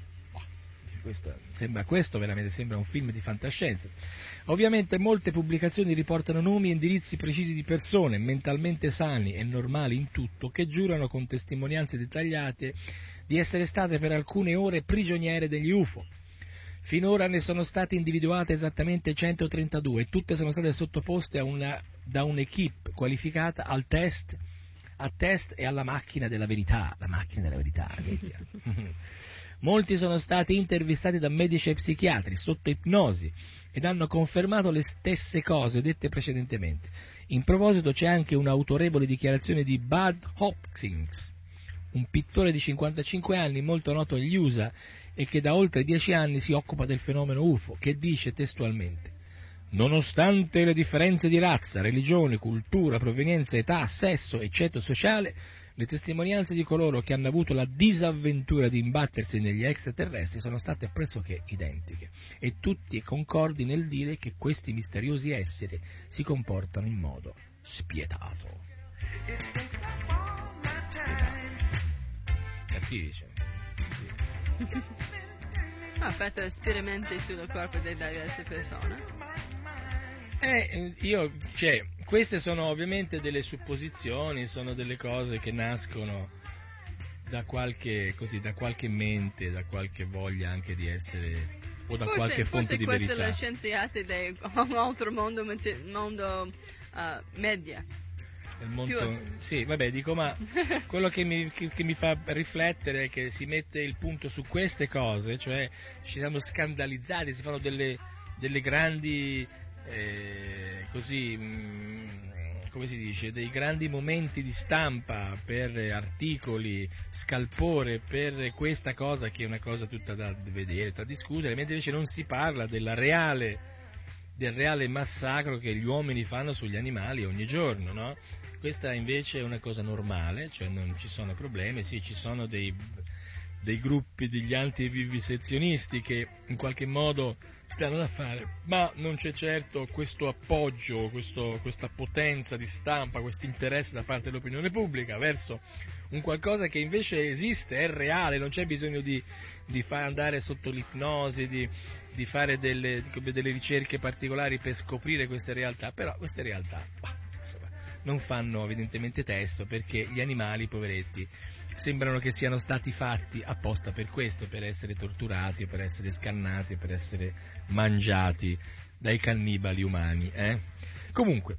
Questo veramente sembra un film di fantascienza. Ovviamente molte pubblicazioni riportano nomi e indirizzi precisi di persone mentalmente sani e normali in tutto, che giurano con testimonianze dettagliate di essere state per alcune ore prigioniere degli UFO. Finora ne sono state individuate esattamente 132 e tutte sono state sottoposte da un'equipe qualificata a test e alla macchina della verità. La macchina della verità, Molti sono stati intervistati da medici e psichiatri sotto ipnosi ed hanno confermato le stesse cose dette precedentemente. In proposito c'è anche un'autorevole dichiarazione di Bud Hopkins, un pittore di 55 anni molto noto agli USA e che da oltre 10 anni si occupa del fenomeno UFO, che dice testualmente: nonostante le differenze di razza, religione, cultura, provenienza, età, sesso e ceto sociale, le testimonianze di coloro che hanno avuto la disavventura di imbattersi negli extraterrestri sono state pressoché identiche, e tutti concordi nel dire che questi misteriosi esseri si comportano in modo spietato. Cattivi, dice. Ha fatto esperimenti sul corpo di diverse persone. Queste sono ovviamente delle supposizioni, sono delle cose che nascono da qualche mente, da qualche voglia anche di essere, o da qualche fonte di verità. Forse queste le scienziate di un altro mondo media. Il mondo, sì, vabbè, dico, ma quello che mi fa riflettere è che si mette il punto su queste cose, cioè ci siamo scandalizzati, si fanno delle grandi, come si dice, dei grandi momenti di stampa per articoli, scalpore per questa cosa che è una cosa tutta da vedere, da discutere, mentre invece non si parla del reale massacro che gli uomini fanno sugli animali ogni giorno, no? Questa invece è una cosa normale, cioè non ci sono problemi, sì, ci sono dei gruppi degli antivivisezionisti che in qualche modo stanno da fare, ma non c'è certo questo appoggio, questa potenza di stampa, questo interesse da parte dell'opinione pubblica verso un qualcosa che invece esiste, è reale, non c'è bisogno di far andare sotto l'ipnosi, di fare delle ricerche particolari per scoprire queste realtà, però queste realtà non fanno evidentemente testo, perché gli animali, poveretti, sembrano che siano stati fatti apposta per questo, per essere torturati, per essere scannati, per essere mangiati dai cannibali umani. Comunque,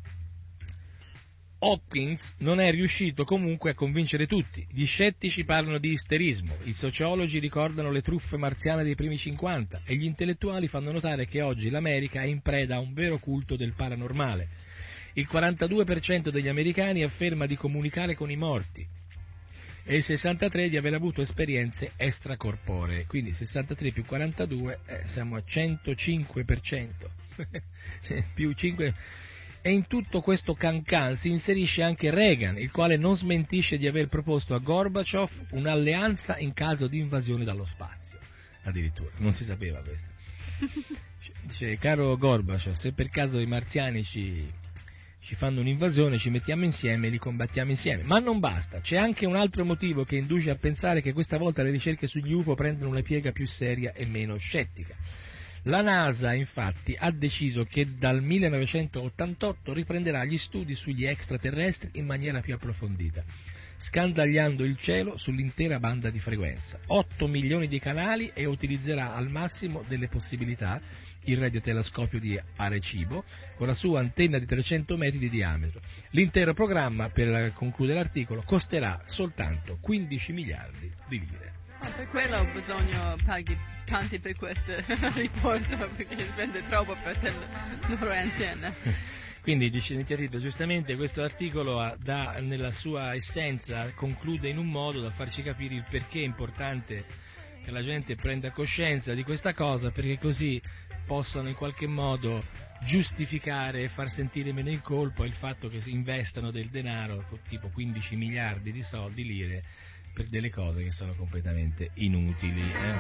Hopkins non è riuscito comunque a convincere tutti. Gli scettici parlano di isterismo, i sociologi ricordano le truffe marziane dei primi 50 e gli intellettuali fanno notare che oggi l'America è in preda a un vero culto del paranormale. Il 42% degli americani afferma di comunicare con i morti e il 63% di aver avuto esperienze extracorporee, quindi 63 più 42 siamo a 105%, più 5. E in tutto questo cancan si inserisce anche Reagan, il quale non smentisce di aver proposto a Gorbaciov un'alleanza in caso di invasione dallo spazio, addirittura, non si sapeva questo. Dice: caro Gorbaciov, se per caso i marziani ci fanno un'invasione, ci mettiamo insieme e li combattiamo insieme. Ma non basta, c'è anche un altro motivo che induce a pensare che questa volta le ricerche sugli UFO prendono una piega più seria e meno scettica. La NASA, infatti, ha deciso che dal 1988 riprenderà gli studi sugli extraterrestri in maniera più approfondita, scandagliando il cielo sull'intera banda di frequenza, 8 milioni di canali, e utilizzerà al massimo delle possibilità il radiotelescopio di Arecibo con la sua antenna di 300 metri di diametro. L'intero programma, per concludere l'articolo, costerà soltanto 15 miliardi di lire. Per quello ho bisogno paghi tanti per questo riporto, perché spende troppo per le loro antenne. Quindi, dice l'iniziativa, giustamente questo articolo nella sua essenza conclude in un modo da farci capire il perché è importante che la gente prenda coscienza di questa cosa, perché così possano in qualche modo giustificare e far sentire meno in colpa il fatto che si investano del denaro, tipo 15 miliardi di lire, per delle cose che sono completamente inutili.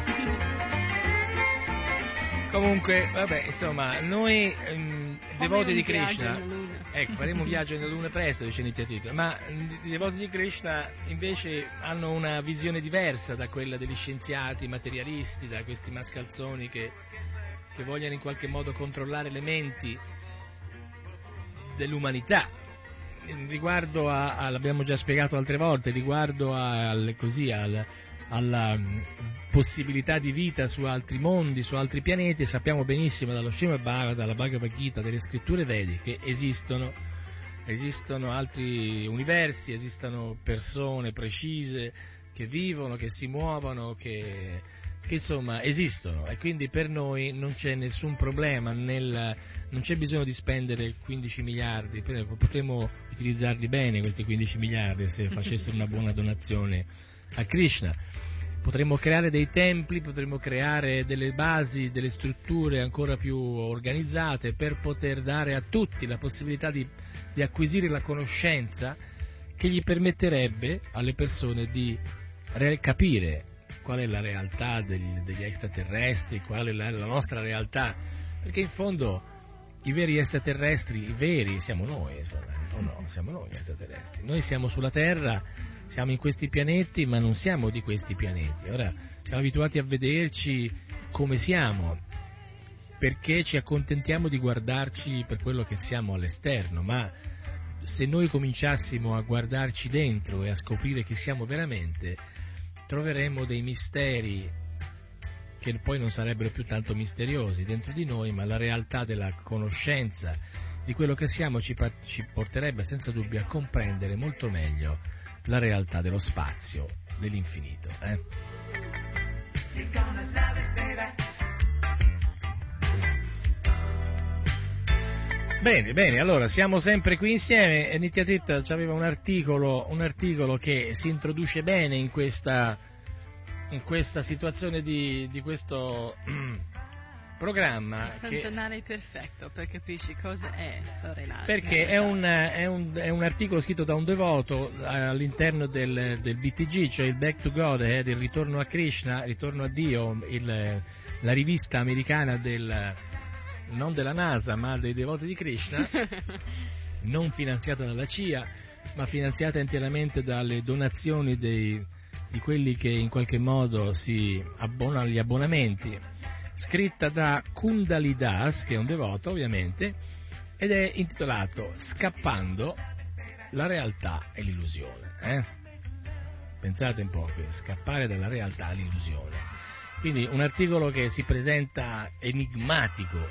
Comunque, vabbè, insomma, noi devoti di Krishna, faremo un viaggio nella Luna presto, dice l'iniziativa, ma i devoti di Krishna invece hanno una visione diversa da quella degli scienziati materialisti, da questi mascalzoni che vogliono in qualche modo controllare le menti dell'umanità. Riguardo l'abbiamo già spiegato altre volte, riguardo alla possibilità di vita su altri mondi, su altri pianeti, sappiamo benissimo dallo Srimad Bhagavatam, dalla Bhagavad Gita, delle scritture vediche, che esistono altri universi, esistono persone precise che vivono, che si muovono, che che insomma esistono, e quindi per noi non c'è nessun problema, non c'è bisogno di spendere 15 miliardi, potremmo utilizzarli bene questi 15 miliardi se facessero una buona donazione a Krishna. Potremmo creare dei templi, potremmo creare delle basi, delle strutture ancora più organizzate per poter dare a tutti la possibilità di acquisire la conoscenza che gli permetterebbe alle persone di capire qual è la realtà degli extraterrestri, qual è la nostra realtà, perché in fondo i veri extraterrestri, i veri siamo noi, o no? Siamo noi gli extraterrestri. Noi siamo sulla Terra, siamo in questi pianeti, ma non siamo di questi pianeti. Ora, siamo abituati a vederci come siamo, perché ci accontentiamo di guardarci per quello che siamo all'esterno, ma se noi cominciassimo a guardarci dentro e a scoprire chi siamo veramente, troveremo dei misteri che poi non sarebbero più tanto misteriosi dentro di noi, ma la realtà della conoscenza di quello che siamo ci porterebbe senza dubbio a comprendere molto meglio la realtà dello spazio, dell'infinito. Bene, allora siamo sempre qui insieme e Nityananda aveva un articolo che si introduce bene in questa situazione di questo programma. Il centenario perfetto, per capisci cosa è Renata. Perché è un articolo scritto da un devoto all'interno del BTG, cioè il Back to God, del ritorno a Krishna, ritorno a Dio, la rivista americana non della NASA, ma dei devoti di Krishna, non finanziata dalla CIA, ma finanziata interamente dalle donazioni di quelli che in qualche modo si abbonano agli abbonamenti, scritta da Kundalidas, che è un devoto ovviamente, ed è intitolato Scappando la realtà e l'illusione. Pensate un po', scappare dalla realtà all'illusione. Quindi un articolo che si presenta enigmatico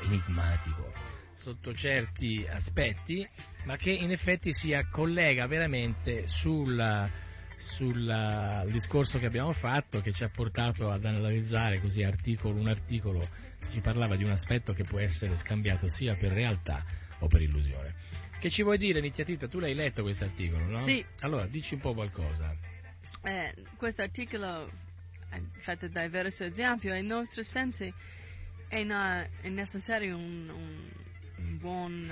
sotto certi aspetti, ma che in effetti si collega veramente sul discorso che abbiamo fatto, che ci ha portato ad analizzare così un articolo che ci parlava di un aspetto che può essere scambiato sia per realtà o per illusione. Che ci vuoi dire, Nityananda? Tu l'hai letto questo articolo, no? Sì. Allora, dici un po' qualcosa. Questo articolo fatto da diversi esempi, ai nostri sensi è necessario un buon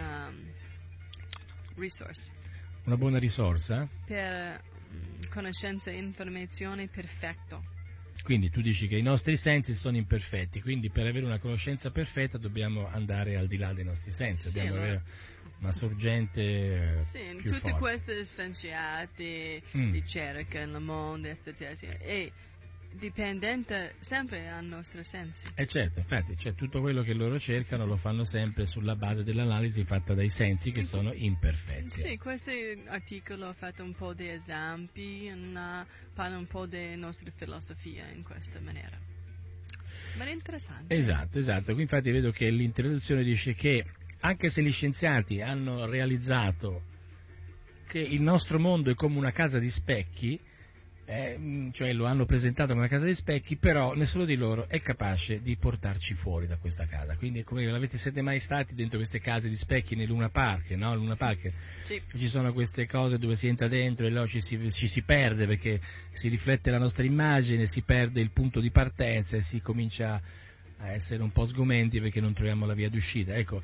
resource. Una buona risorsa? Per conoscenza e informazione perfetto. Quindi tu dici che i nostri sensi sono imperfetti, quindi per avere una conoscenza perfetta dobbiamo andare al di là dei nostri sensi, sì, dobbiamo avere una sorgente in più tutte forte. queste scienziati, ricerca nel mondo, eccetera, è dipendente sempre dai nostri sensi. Certo, infatti, cioè, tutto quello che loro cercano lo fanno sempre sulla base dell'analisi fatta dai sensi che sono imperfetti. Sì, questo articolo ha fatto un po' di esempi, parla un po' della nostra filosofia in questa maniera. Ma è interessante. Esatto, qui infatti vedo che l'introduzione dice che anche se gli scienziati hanno realizzato che il nostro mondo è come una casa di specchi, cioè lo hanno presentato come una casa di specchi, però nessuno di loro è capace di portarci fuori da questa casa. Quindi, come siete mai stati dentro queste case di specchi nel Luna Park, no? Luna Park, sì. Ci sono queste cose dove si entra dentro e là ci si perde, perché si riflette la nostra immagine, si perde il punto di partenza e si comincia a essere un po' sgomenti perché non troviamo la via d'uscita. Ecco,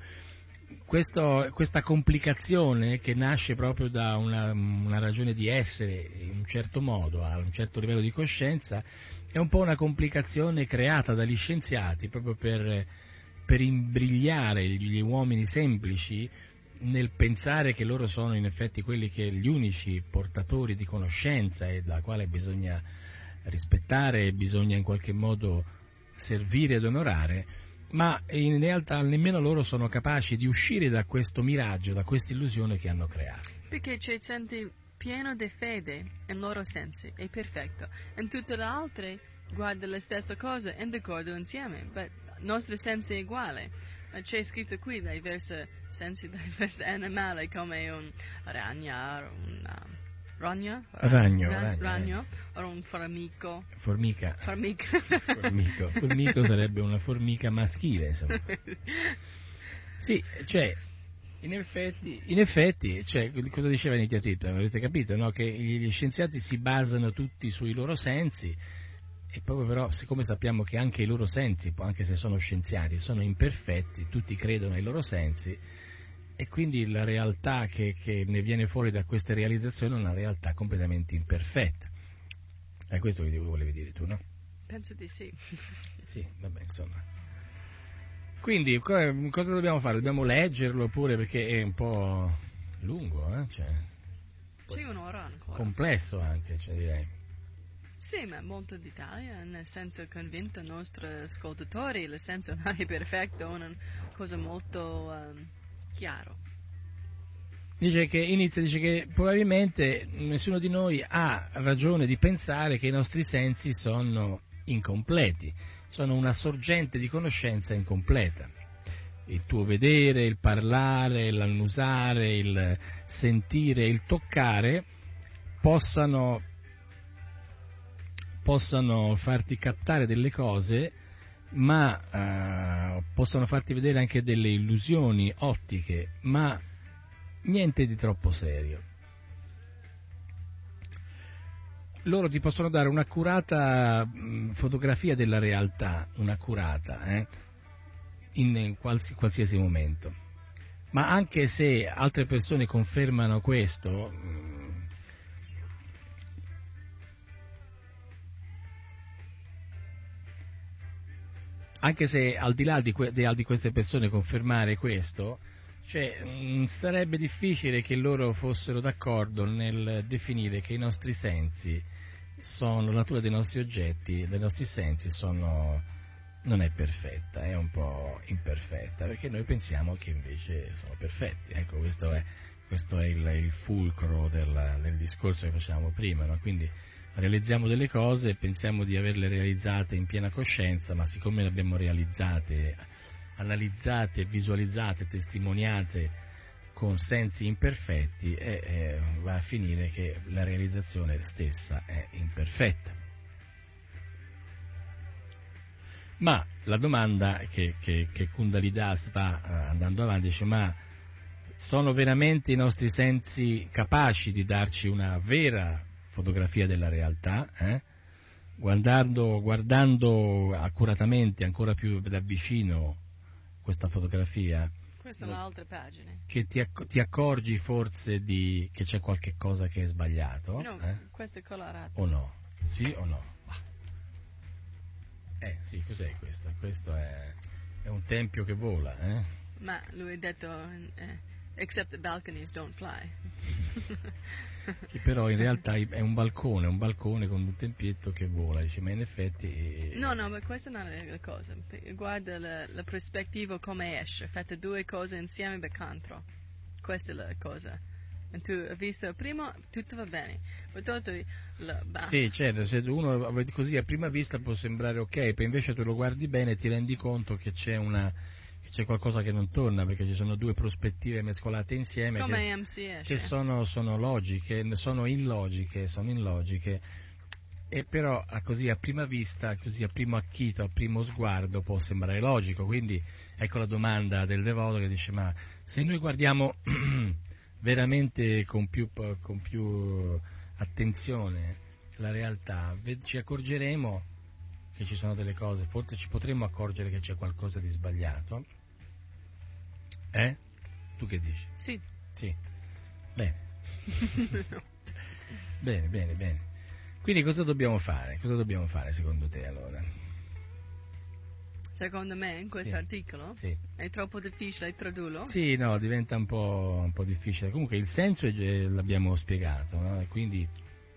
questa complicazione che nasce proprio da una ragione di essere in un certo modo, a un certo livello di coscienza, è un po' una complicazione creata dagli scienziati proprio per imbrigliare gli uomini semplici nel pensare che loro sono in effetti gli unici portatori di conoscenza e la quale bisogna rispettare e bisogna in qualche modo servire ed onorare, ma in realtà nemmeno loro sono capaci di uscire da questo miraggio, da questa illusione che hanno creato. Perché ci senti pieno di fede in loro sensi, è perfetto. In tutte le altre guarda le stesse cose e d'accordo insieme, ma i nostri sensi è uguale. C'è scritto qui diversi sensi, diversi animali come un ragno, ragno, o un formico. Formica. Formico. Formico sarebbe una formica maschile, insomma. Sì, cioè, in effetti, cioè, cosa diceva Iniziativ? Avete capito, no? Che gli scienziati si basano tutti sui loro sensi, e proprio però, siccome sappiamo che anche i loro sensi, anche se sono scienziati, sono imperfetti, tutti credono ai loro sensi, e quindi la realtà che ne viene fuori da queste realizzazioni è una realtà completamente imperfetta. È questo che volevi dire tu, no? Penso di sì. Sì, vabbè, insomma. Quindi, cosa dobbiamo fare? Dobbiamo leggerlo oppure, perché è un po' lungo, Cioè, C'è un'ora ancora. Complesso anche, cioè, direi. Sì, ma molto dettaglio, nel senso convinto ai nostri ascoltatori, il senso non è perfetto, è una cosa molto chiaro. Dice che probabilmente nessuno di noi ha ragione di pensare che i nostri sensi sono incompleti, sono una sorgente di conoscenza incompleta. Il tuo vedere, il parlare, l'annusare, il sentire, il toccare possano farti captare delle cose, ma possono farti vedere anche delle illusioni ottiche, ma niente di troppo serio. Loro ti possono dare un'accurata fotografia della realtà, un'accurata, in qualsiasi momento. Ma anche se altre persone confermano questo, anche se al di là di queste persone confermare questo, cioè, sarebbe difficile che loro fossero d'accordo nel definire che i nostri sensi la natura dei nostri oggetti, dei nostri sensi non è perfetta, è un po' imperfetta, perché noi pensiamo che invece sono perfetti. Ecco, questo è il fulcro del discorso che facevamo prima, no? Quindi realizziamo delle cose e pensiamo di averle realizzate in piena coscienza, ma siccome le abbiamo realizzate, analizzate, visualizzate, testimoniate con sensi imperfetti, va a finire che la realizzazione stessa è imperfetta. Ma la domanda che Kundalidas va andando avanti dice: ma sono veramente i nostri sensi capaci di darci una vera fotografia della realtà? Guardando accuratamente, ancora più da vicino, questa fotografia, questa è un'altra pagina, che ti accorgi forse che c'è qualche cosa che è sbagliato? No, questo è colorato. O no? Sì o no? Sì, cos'è questo? Questo è un tempio che vola, Ma lui ha detto except the balconies don't fly. Che però in realtà è un balcone con un tempietto che vola, dice, ma in effetti... No, ma questa non è la cosa. Guarda la prospettiva come esce, fate due cose insieme per contro. Questa è la cosa. E tu hai visto prima, tutto va bene. Sì, certo, se uno così a prima vista può sembrare ok, poi invece tu lo guardi bene e ti rendi conto che c'è qualcosa che non torna, perché ci sono due prospettive mescolate insieme che sono logiche, sono illogiche, e però così a prima vista, così a primo acchito, a primo sguardo può sembrare logico. Quindi ecco la domanda del devoto che dice: ma se noi guardiamo veramente con più attenzione la realtà, ci accorgeremo che ci sono delle cose, forse ci potremmo accorgere che c'è qualcosa di sbagliato. Tu che dici? Sì. Bene. Bene. Quindi cosa dobbiamo fare? Cosa dobbiamo fare secondo te allora? Secondo me in questo articolo? Sì. È troppo difficile tradurlo? Sì, no, diventa un po' difficile. Comunque il senso l'abbiamo spiegato, no? E quindi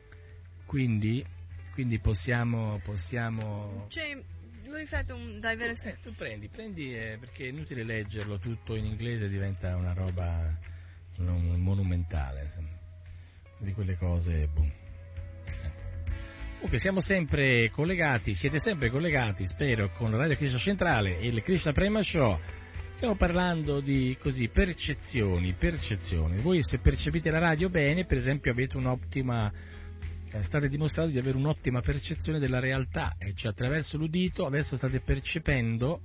possiamo... Cioè, lui ha fatto un diverso... Tu prendi perché è inutile leggerlo tutto in inglese, diventa una roba monumentale, insomma, di quelle cose, boom. Comunque siamo sempre collegati, siete sempre collegati, spero, con Radio Krishna Centrale e il Krishna Prema Show. Stiamo parlando di percezioni. Voi se percepite la radio bene, per esempio, avete un'ottima, state dimostrando di avere un'ottima percezione della realtà, e cioè attraverso l'udito adesso state percettendo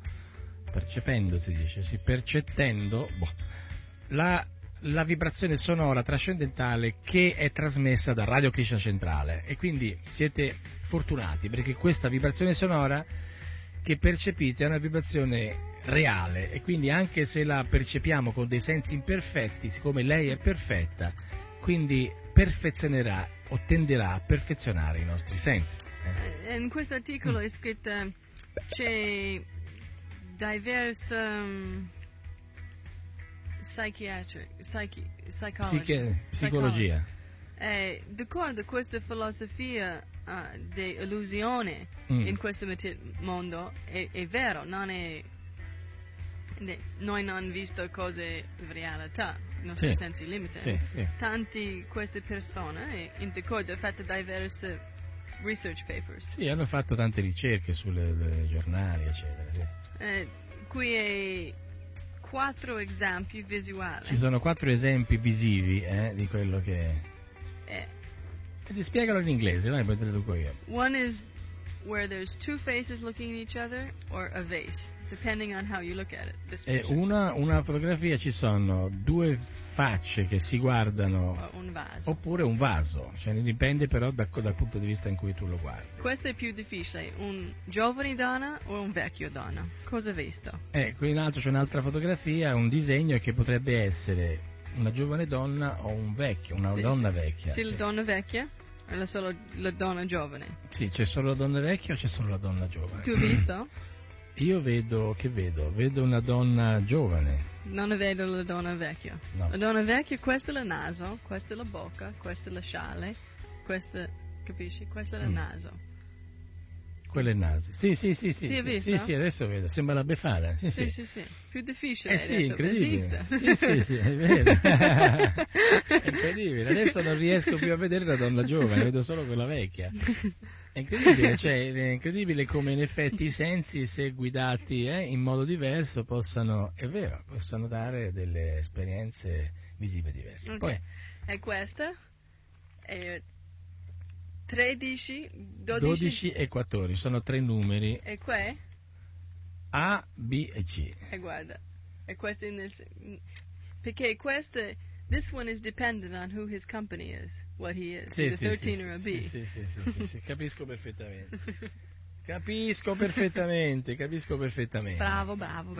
la vibrazione sonora trascendentale che è trasmessa da Radio Krishna Centrale, e quindi siete fortunati perché questa vibrazione sonora che percepite è una vibrazione reale, e quindi anche se la percepiamo con dei sensi imperfetti, siccome lei è perfetta, quindi perfezionerà o tenderà a perfezionare i nostri sensi. In questo articolo è scritto c'è diverse psicologia. D'accordo, questa filosofia di illusione in questo mondo è vero, noi non abbiamo visto cose in realtà, i nostri sensi limitati. Tante queste persone in d'accordo hanno fatto diverse research papers. Sì, hanno fatto tante ricerche sulle giornali, eccetera. Qui è 4 esempi visuali. Ci sono 4 esempi visivi di quello che ti spiegalo in inglese, poi te lo dico io. One is where there's 2 faces looking at each other or a vase, depending on how you look at it. Una fotografia, ci sono 2 facce che si guardano, un vaso. Oppure un vaso, cioè dipende però dal punto di vista in cui tu lo guardi. Questo è più difficile, un giovane donna o un vecchio donna? Cosa hai visto? Qui in alto c'è un'altra fotografia, un disegno che potrebbe essere una giovane donna o un vecchio, una donna vecchia. Sì, la donna vecchia o solo la donna giovane? Sì, c'è solo la donna vecchia o c'è solo la donna giovane? Tu hai visto? Io vedo una donna giovane. Non vedo la donna vecchia. No. La donna vecchia, questo è il naso, questa è la bocca, questo è la sciale, questa, capisci? Questo è il naso. Quello è il naso. Sì, hai visto? Sì, adesso vedo, sembra la Befana. Sì. Più difficile Sì, adesso, incredibile. resiste. Sì, è vero. È incredibile. Adesso non riesco più a vedere la donna giovane, vedo solo quella vecchia. È incredibile, è incredibile come in effetti i sensi, se guidati in modo diverso, possono dare delle esperienze visive diverse. Okay. Poi, e questa è 13, 12 e 14, sono 3 numeri. E qua? A, B e C. E guarda, e questo perché questo, this one is dependent on who his company is, what he is, a 13 or a B. Sì, capisco perfettamente. Capisco perfettamente. Bravo.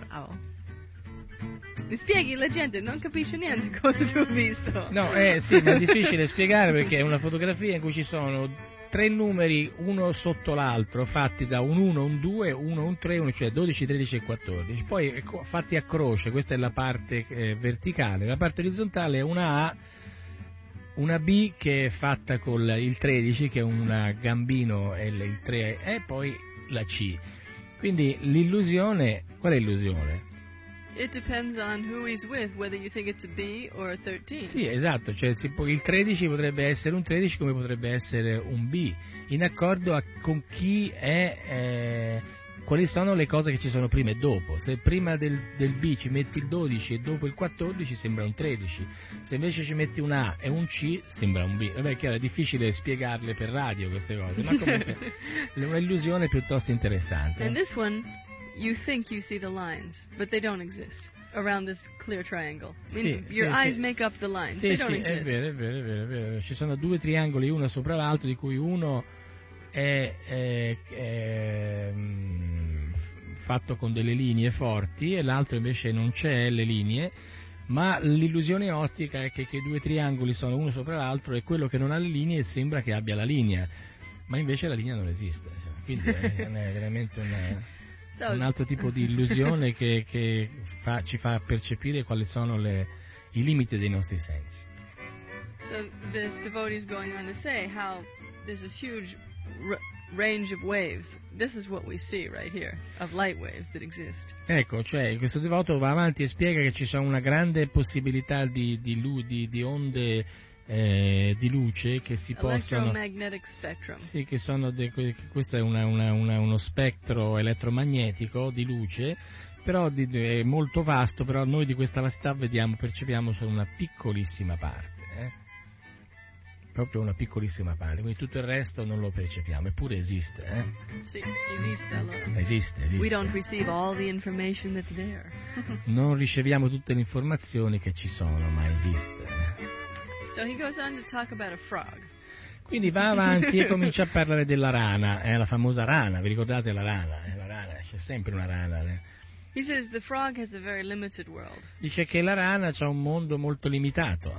Mi spieghi, la gente non capisce niente cosa tu hai visto. No, sì, ma è difficile spiegare perché è una fotografia in cui ci sono 3 numeri uno sotto l'altro, fatti da un 1, un 2, un 3, cioè 12, 13 e 14. Poi fatti a croce, questa è la parte verticale, la parte orizzontale è una A, una B che è fatta con il 13, che è un gambino, e il 3, e poi la C. Quindi l'illusione, qual è l'illusione? It depends on who he's with, whether you think it's a B or a 13. Sì, esatto, cioè il 13 potrebbe essere un 13 come potrebbe essere un B, in accordo con chi è, quali sono le cose che ci sono prima e dopo. Se prima del B ci metti il 12 e dopo il 14 sembra un 13, se invece ci metti un A e un C sembra un B. Vabbè, chiaro, è difficile spiegarle per radio queste cose, ma comunque è un'illusione piuttosto interessante. And this one, you think you see the lines, but they don't exist around this clear triangle. I mean, your eyes make up the lines. They don't exist. È vero. Ci sono 2 triangoli uno sopra l'altro, di cui uno è fatto con delle linee forti e l'altro invece non c'è le linee, ma l'illusione ottica è che i 2 triangoli sono uno sopra l'altro e quello che non ha le linee sembra che abbia la linea, ma invece la linea non esiste, quindi è veramente un altro tipo di illusione che ci fa percepire quali sono i limiti dei nostri sensi. So this devotee is going on to say how there's this huge range of waves. This is what we see right here, of light waves that exist. Ecco, cioè questo devoto va avanti e spiega che ci sono una grande possibilità di onde di luce che si possono, electromagnetic spectrum. Sì, che sono questo è uno spettro elettromagnetico di luce però è molto vasto, però noi di questa vastità percepiamo solo una piccolissima parte, proprio una piccolissima parte, quindi tutto il resto non lo percepiamo, eppure esiste. Sì, esiste allora. Esiste. We don't receive all the information that's there. Non riceviamo tutte le informazioni che ci sono, ma esiste. So he goes on to talk about a frog. Quindi va avanti e comincia a parlare della rana, la famosa rana, vi ricordate la rana? La rana, c'è sempre una rana. He says the frog has a very limited world. Dice che la rana ha un mondo molto limitato.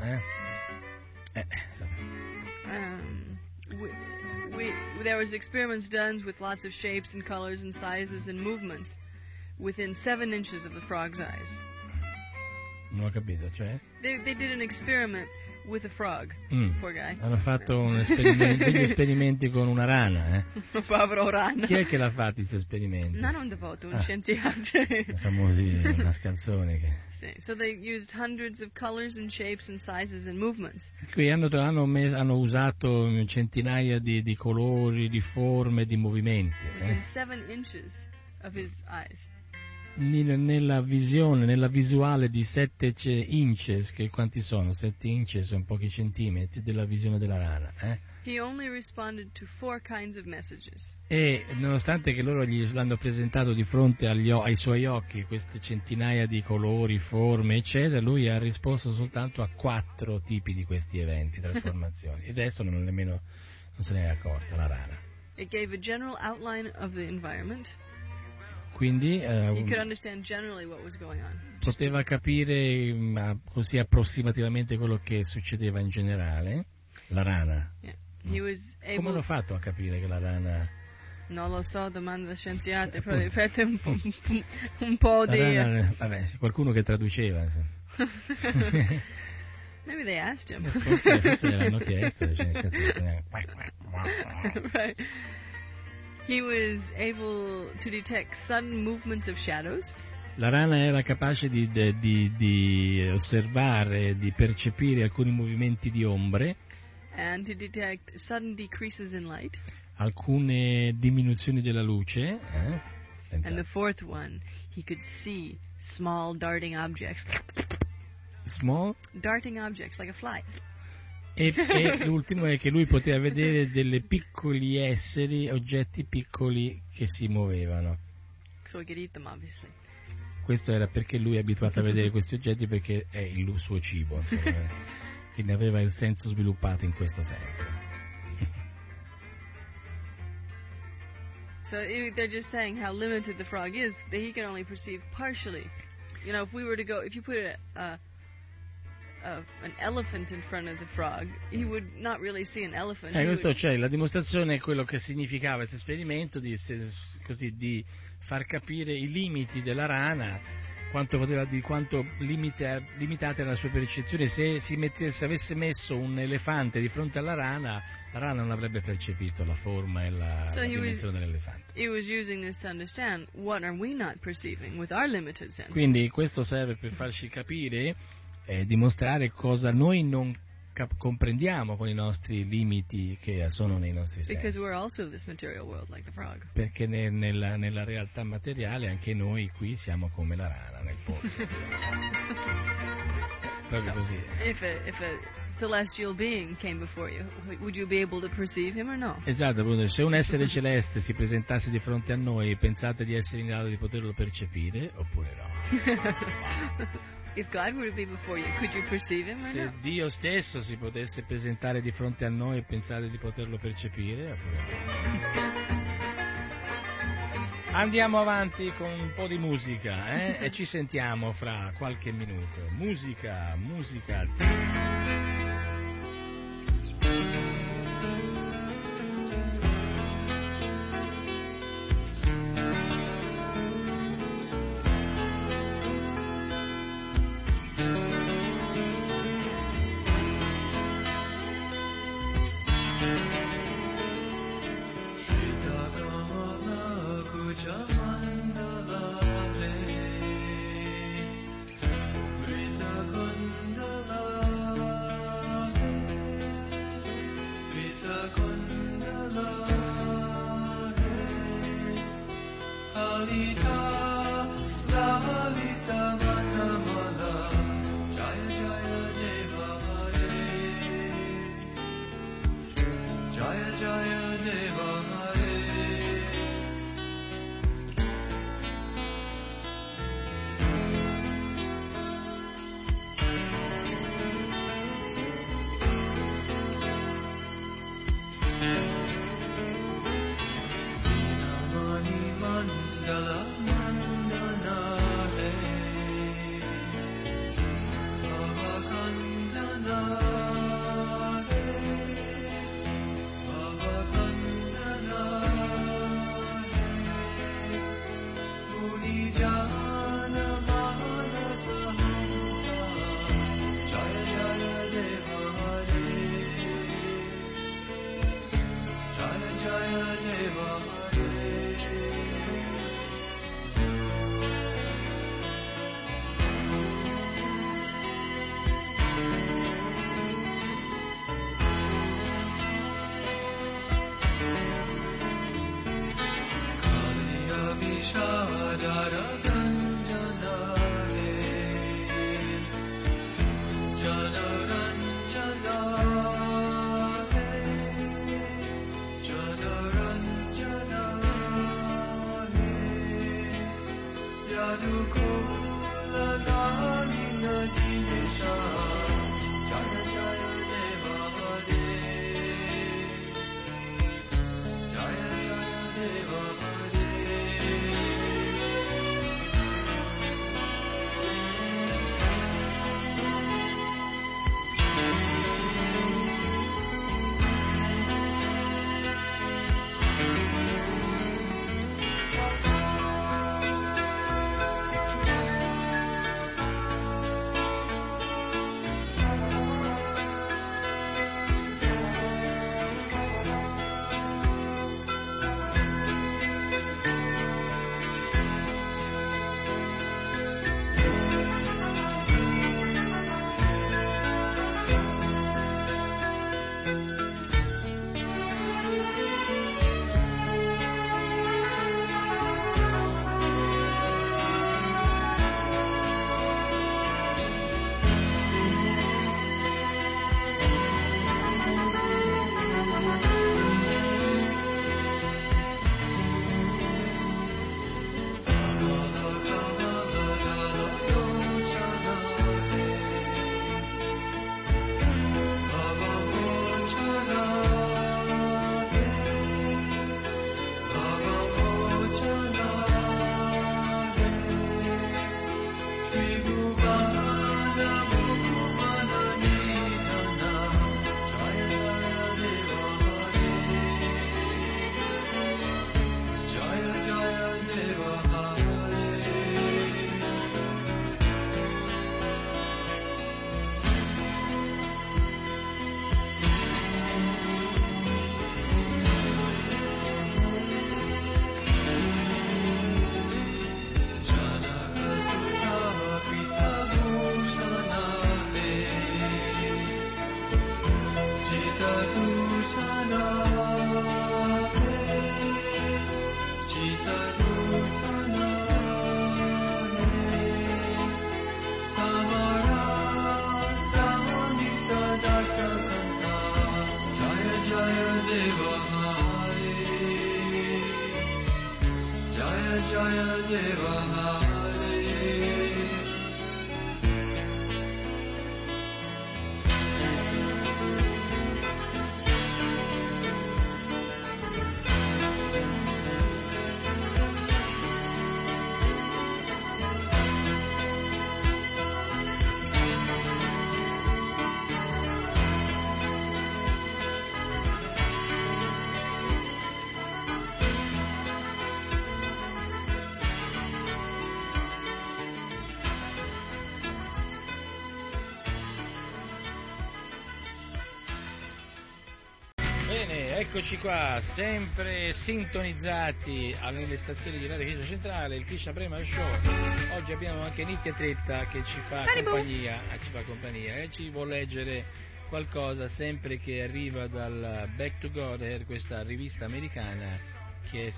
There was experiments done with lots of shapes and colors and sizes and movements within 7 inches of the frog's eyes. Non ho capito, cioè? They did an experiment with a frog, poor guy. Hanno fatto degli esperimenti con una rana, Povero rana. Chi è che l'ha fatto questi esperimenti? Non un devoto, un scienziato. I famosi mascalzoni che... Sì. So they used hundreds of colors and shapes and sizes and movements. Qui hanno usato centinaia di colori, di forme, di movimenti. Within 7 inches of his eyes. Nella visione, nella visuale di 7 inches, che quanti sono? 7 inches sono pochi centimetri della visione della rana. He only responded to 4 kinds of messages. E nonostante che loro gli l'hanno presentato di fronte ai suoi occhi queste centinaia di colori, forme, eccetera, lui ha risposto soltanto a 4 tipi di questi eventi, trasformazioni. Il resto non se ne è accorta la rana. It gave a general outline of the environment. Quindi he could understand generally what was going on. Poteva capire così approssimativamente quello che succedeva in generale. La rana. Yeah. He was able... Come l'ho fatto a capire che la rana... Non lo so, domanda scienziate, però fate un po' di... Rana, vabbè, qualcuno che traduceva. Maybe they asked him. Forse l'hanno chiesto. Right. He was able to detect sudden movements of shadows. La rana era capace di osservare, di percepire alcuni movimenti di ombre. And to detect sudden decreases in light. Alcune diminuzioni della luce. And the fourth one, he could see small darting objects. Small? Darting objects, like a fly. E l'ultimo è che lui poteva vedere delle piccoli esseri, oggetti piccoli che si muovevano. So he could eat them, obviously. Questo era perché lui è abituato a vedere questi oggetti, perché è il suo cibo, insomma, che ne aveva il senso sviluppato in questo senso. So they're just saying how limited the frog is, that he can only perceive partially. You know, if you put an elephant in front of the frog, he would not really see an elephant. Questo cioè la dimostrazione è quello che significava questo esperimento di far capire i limiti della rana, quanto limitata era la sua percezione. Se avesse messo un elefante di fronte alla rana non avrebbe percepito la forma e la dimensione dell'elefante. He was using this to understand what are we not perceiving with our limited senses. Quindi questo serve per farci capire, dimostrare cosa noi non comprendiamo con i nostri limiti che sono nei nostri sensi. Because we're also of this material world, like the frog. Perché nella realtà materiale anche noi qui siamo come la rana nel pozzo. Proprio così. If a celestial being came before you, would you be able to perceive him or no? Esatto, se un essere celeste si presentasse di fronte a noi, pensate di essere in grado di poterlo percepire oppure no? If God were to be before you, could you perceive him or Se no? Dio stesso si potesse presentare di fronte a noi, pensate di poterlo percepire oppure no? Andiamo avanti con un po' di musica, e ci sentiamo fra qualche minuto. Musica. Alita, Bene, eccoci qua, sempre sintonizzati nelle stazioni di Radio Krishna Centrale, il Krishna Prema Show. Oggi abbiamo anche Nitya Tretta che ci fa compagnia e ci vuol leggere qualcosa sempre che arriva dal Back to God, questa rivista americana che è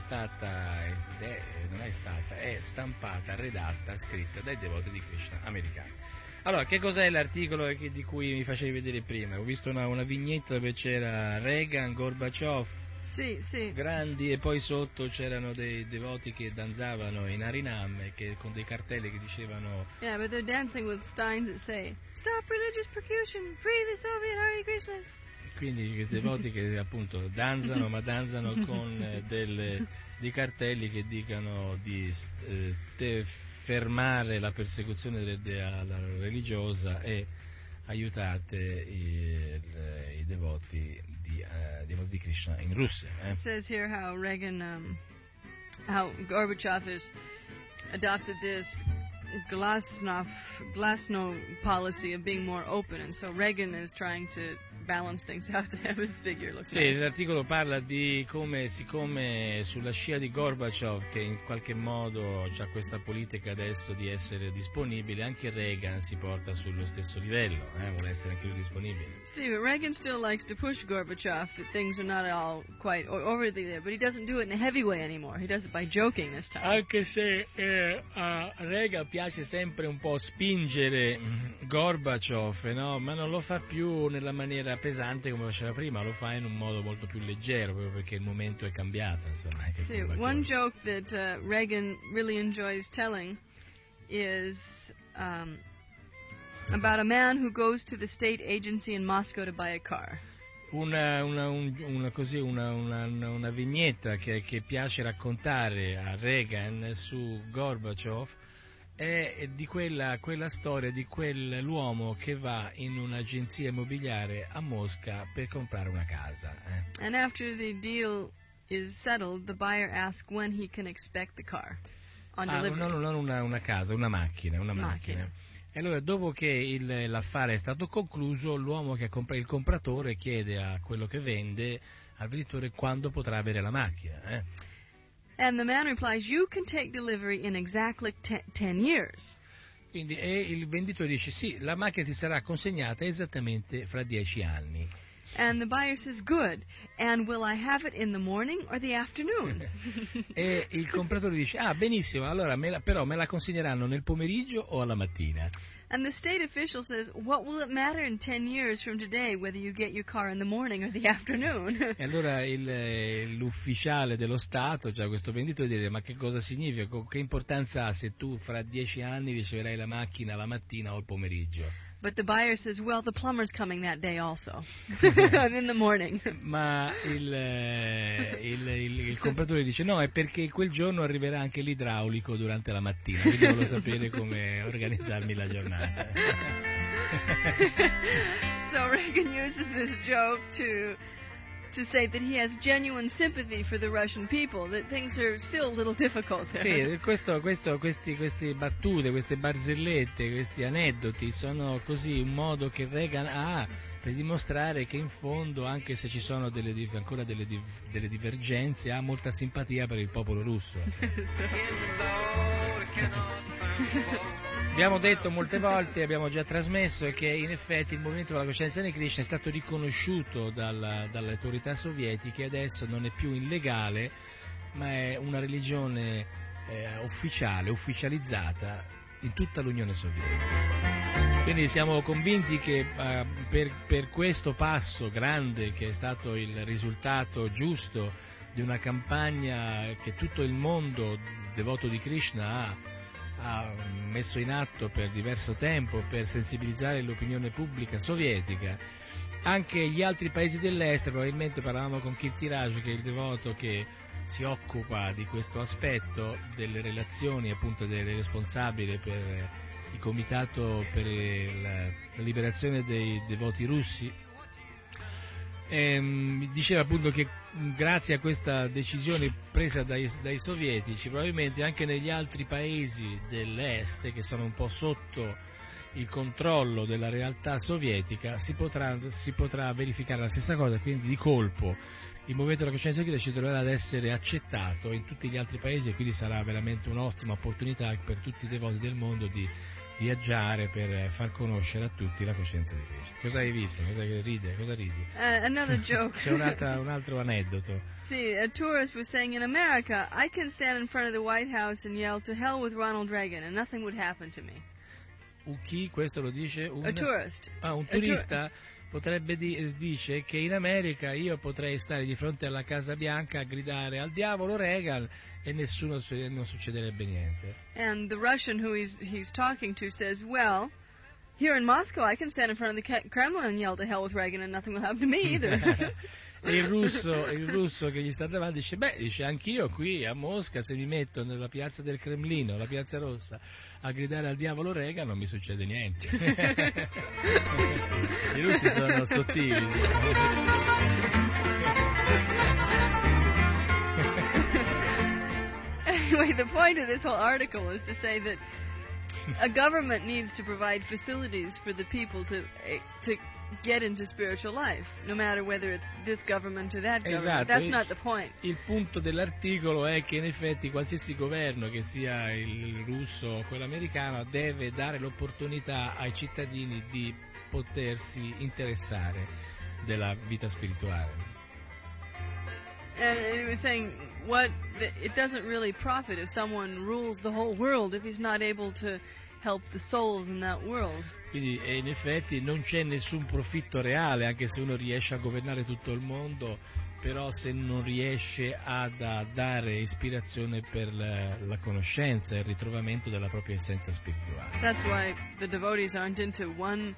stampata, redatta, scritta dai devoti di Krishna americani. Allora, che cos'è l'articolo di cui mi facevi vedere prima? Ho visto una vignetta dove c'era Reagan, Gorbaciov, sì. grandi, e poi sotto c'erano dei devoti che danzavano in Harinam con dei cartelli che dicevano... Yeah, but they're dancing with signs that say, "Stop religious persecution, free the Soviet Hare Krishnas." Quindi questi devoti che appunto danzano, ma danzano con dei cartelli che dicano di fermare la persecuzione religiosa e aiutate i devoti di Krishna in Russia. It says here how how Gorbachev has adopted this glasnost policy of being more open, and so Reagan is trying to balance things out to have his figure look Sì, nice. l'articolo parla di come, siccome sulla scia di Gorbaciov, che in qualche modo ha questa politica adesso di essere disponibile, anche Reagan si porta sullo stesso livello, vuole essere anche lui disponibile. See, but Reagan still likes to push Gorbachev that things are not all quite overly there, but he doesn't do it in a heavy way anymore. He does it by joking this time. Anche se a Reagan piace sempre un po' spingere Gorbaciov, no? Ma non lo fa più nella maniera pesante come faceva prima, lo fa in un modo molto più leggero, proprio perché il momento è cambiato, insomma. Anche See, one joke that Reagan really enjoys telling is about a man who goes to the state agency in Moscow to buy a car. Una vignetta che piace raccontare a Reagan su Gorbaciov è di quella storia di quell'uomo che va in un'agenzia immobiliare a Mosca per comprare una casa. And after the deal is settled, the buyer asks when he can expect the car on delivery. Non una casa, una macchina. E allora, dopo che l'affare è stato concluso, l'uomo che il compratore chiede a quello che vende, al venditore, quando potrà avere la macchina. And the man replies, you can take delivery in exactly 10 years. Quindi, e il venditore dice, sì, la macchina si sarà consegnata esattamente fra 10 anni. And the buyer says, good, and will I have it in the morning or the afternoon? E il compratore dice, benissimo, allora però me la consegneranno nel pomeriggio o alla mattina? And the state official says, what will it matter in 10 years from today whether you get your car in the morning or the afternoon? E allora l'ufficiale dello Stato, cioè questo venditore, dice, ma che cosa significa? Che importanza ha se tu fra 10 anni riceverai la macchina la mattina o il pomeriggio? But the buyer says, well, the plumber's coming that day also, in the morning. Ma il compratore dice, no, è perché quel giorno arriverà anche l'idraulico durante la mattina, quindi devo sapere come organizzarmi la giornata. So Reagan uses this joke to say that he has genuine sympathy for the Russian people, that things are still a little difficult there. Sì, queste battute, queste barzellette, questi aneddoti sono così un modo che Reagan ha per dimostrare che in fondo, anche se ci sono ancora delle divergenze, ha molta simpatia per il popolo russo. Abbiamo detto molte volte, abbiamo già trasmesso, che in effetti il movimento della coscienza di Krishna è stato riconosciuto dalle autorità sovietiche e adesso non è più illegale, ma è una religione ufficializzata in tutta l'Unione Sovietica. Quindi siamo convinti che per questo passo grande, che è stato il risultato giusto di una campagna che tutto il mondo devoto di Krishna ha messo in atto per diverso tempo per sensibilizzare l'opinione pubblica sovietica, anche gli altri paesi dell'est, probabilmente parlavamo con Kirtiraj, che è il devoto che si occupa di questo aspetto delle relazioni, appunto del responsabile per il comitato per la liberazione dei devoti russi, diceva appunto che grazie a questa decisione presa dai sovietici, probabilmente anche negli altri paesi dell'est, che sono un po' sotto il controllo della realtà sovietica, si potrà verificare la stessa cosa, quindi di colpo il movimento della coscienza critica ci troverà ad essere accettato in tutti gli altri paesi, e quindi sarà veramente un'ottima opportunità per tutti i devoti del mondo di viaggiare per far conoscere a tutti la coscienza di Krishna. Cosa hai visto? Cosa ridi? Another joke. C'è un altro aneddoto. See, a tourist was saying, in America, I can stand in front of the White House and yell, to hell with Ronald Reagan, and nothing would happen to me. Chi? Questo lo dice? A tourist. Un turista dice che in America io potrei stare di fronte alla Casa Bianca a gridare al diavolo Reagan e non succederebbe niente. And the Russian who he's talking to says, well, here in Moscow I can stand in front of the Kremlin and yell to hell with Reagan and nothing will happen to me either. E il russo che gli sta davanti dice anch'io qui a Mosca, se mi metto nella piazza del Cremlino, la piazza rossa, a gridare al diavolo Reagan non mi succede niente. I russi sono sottili. Anyway, the point of this whole article is to say that a government needs to provide facilities for the people to get into spiritual life, no matter whether it's this government or that government. Esatto, That's not the point. Il punto dell'articolo è che in effetti qualsiasi governo, che sia il russo o quello americano, deve dare l'opportunità ai cittadini di potersi interessare della vita spirituale. And he was saying, it doesn't really profit if someone rules the whole world if he's not able to help the souls in that world. Quindi in effetti non c'è nessun profitto reale, anche se uno riesce a governare tutto il mondo, però se non riesce a dare ispirazione per la conoscenza e il ritrovamento della propria essenza spirituale. That's why the devotees aren't into one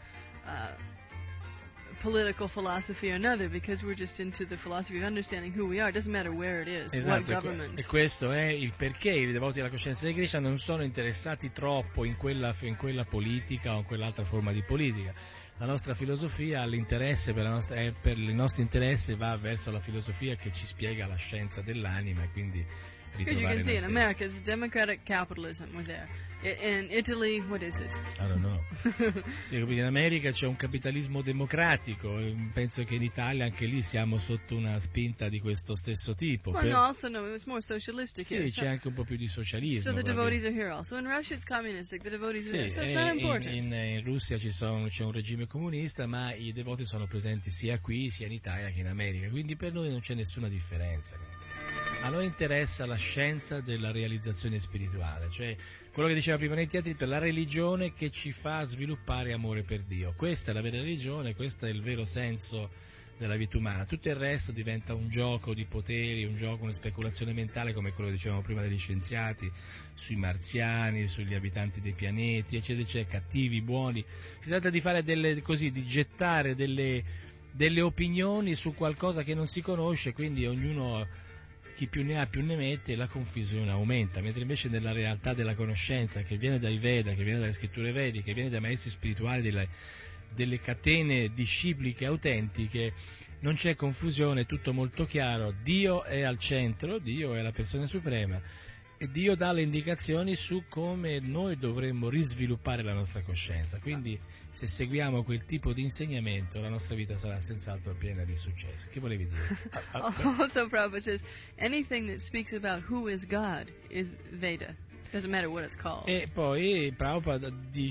political philosophy or another, because we're just into the philosophy of understanding who we are. It doesn't matter where it is, what government. E questo è il perché i devoti della coscienza di Krishna non sono interessati troppo in quella politica o in quell'altra forma di politica. La nostra filosofia, l'interesse per il nostro interesse va verso la filosofia che ci spiega la scienza dell'anima, e quindi because you can see in America it's democratic capitalism. We're there. In Italy, what is it? I don't know. Sì, in America c'è un capitalismo democratico, penso che in Italia anche lì siamo sotto una spinta di questo stesso tipo. Well, no, it's more socialistic sì, here. C'è anche un po' più di socialismo. So the devotees are here also. In Russia it's communistic, the devotees are there. So it's not important. In Russia c'è un regime comunista, ma i devoti sono presenti sia qui, sia in Italia che in America, quindi per noi non c'è nessuna differenza. A noi interessa la scienza della realizzazione spirituale, cioè quello che diceva prima nei teatri, per la religione che ci fa sviluppare amore per Dio. Questa è la vera religione, questo è il vero senso della vita umana. Tutto il resto diventa un gioco di poteri, una speculazione mentale, come quello che dicevamo prima degli scienziati, sui marziani, sugli abitanti dei pianeti, eccetera, eccetera, cattivi, buoni. Si tratta di fare di gettare delle opinioni su qualcosa che non si conosce, quindi ognuno, chi più ne ha più ne mette, e la confusione aumenta, mentre invece nella realtà della conoscenza che viene dai Veda, che viene dalle scritture vediche, che viene dai maestri spirituali, delle catene discipliche autentiche, non c'è confusione, è tutto molto chiaro. Dio è al centro, Dio è la persona suprema, e Dio dà le indicazioni su come noi dovremmo risviluppare la nostra coscienza. Quindi se seguiamo quel tipo di insegnamento la nostra vita sarà senz'altro piena di successo. Che volevi dire? Also Prabhupada says anything that speaks about who is God is Veda. Doesn't matter what it's called. E poi Prabhupada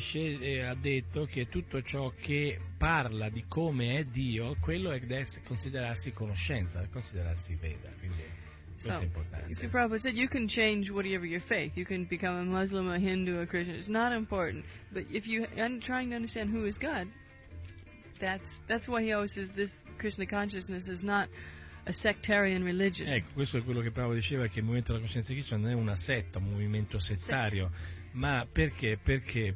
ha detto che tutto ciò che parla di come è Dio, quello è da considerarsi conoscenza, da considerarsi Veda. Quindi questo è importante. So Prabhupada said you can change whatever your faith. You can become a Muslim, a Hindu, a Christian. It's not important. But if you are trying to understand who is God, that's why he always says this Krishna consciousness is not a sectarian religion. Ecco, questo è quello che Prabhupada diceva, che il movimento della coscienza di Krishna non è una setta, un movimento settario. Ma perché? Perché?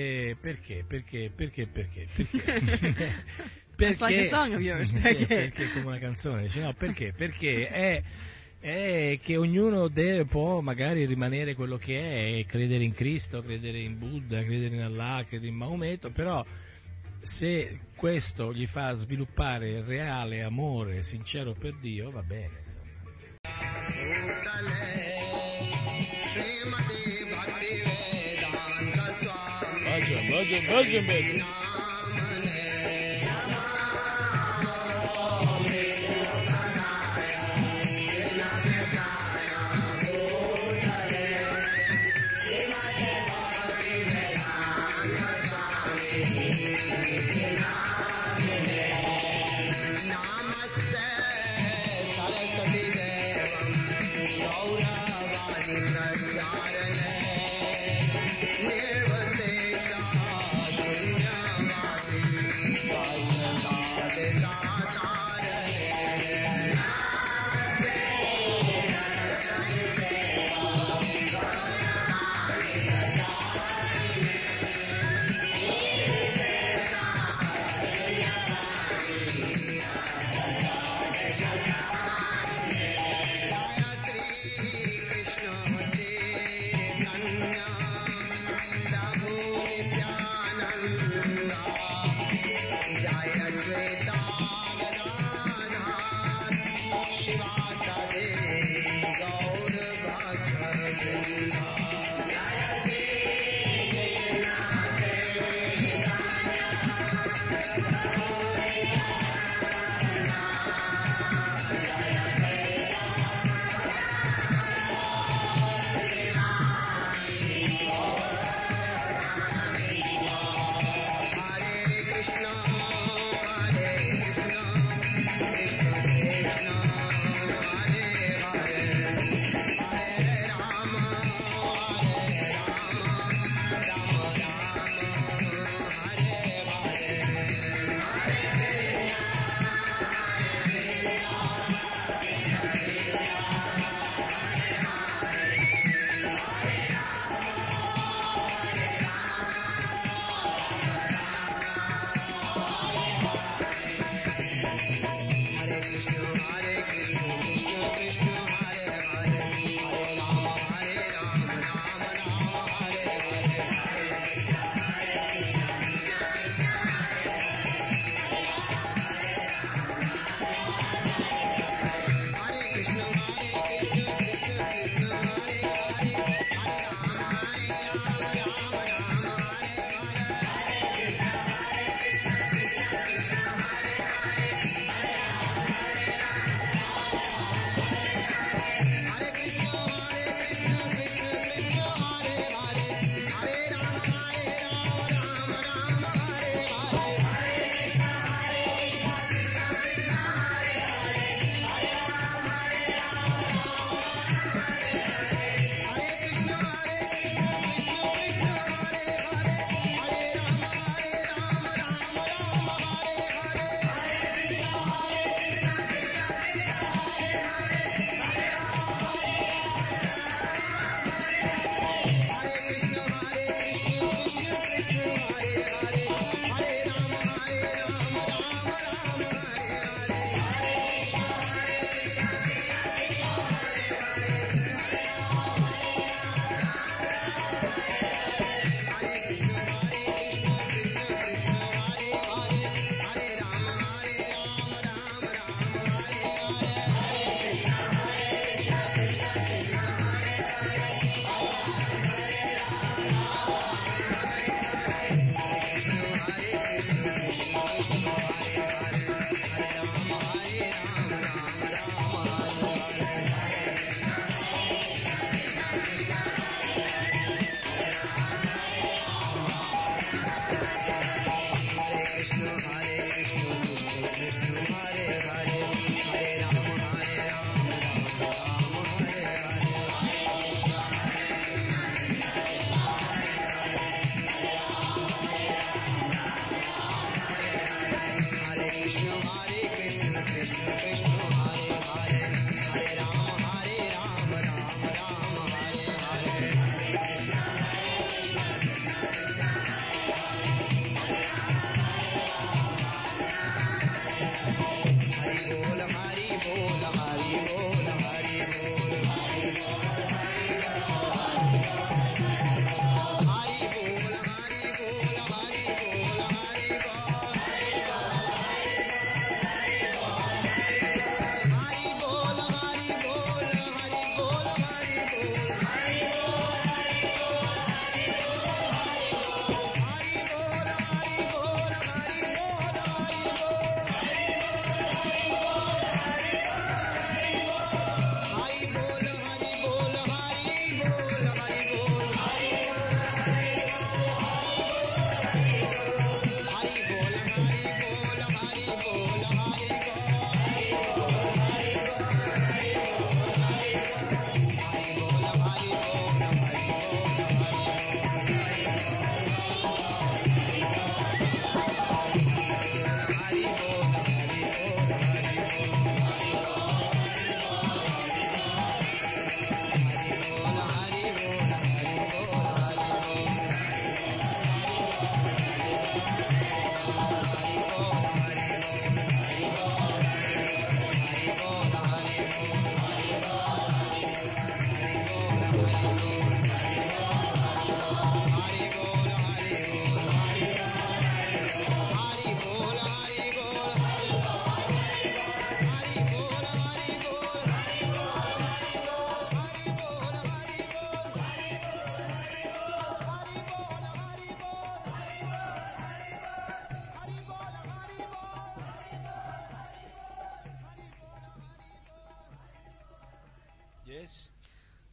It's like a song of yours. Perché è come una canzone. Dice, no, perché? Perché è che ognuno può magari rimanere quello che è, credere in Cristo, credere in Buddha, credere in Allah, credere in Maometto, però se questo gli fa sviluppare reale amore sincero per Dio, va bene. Insomma.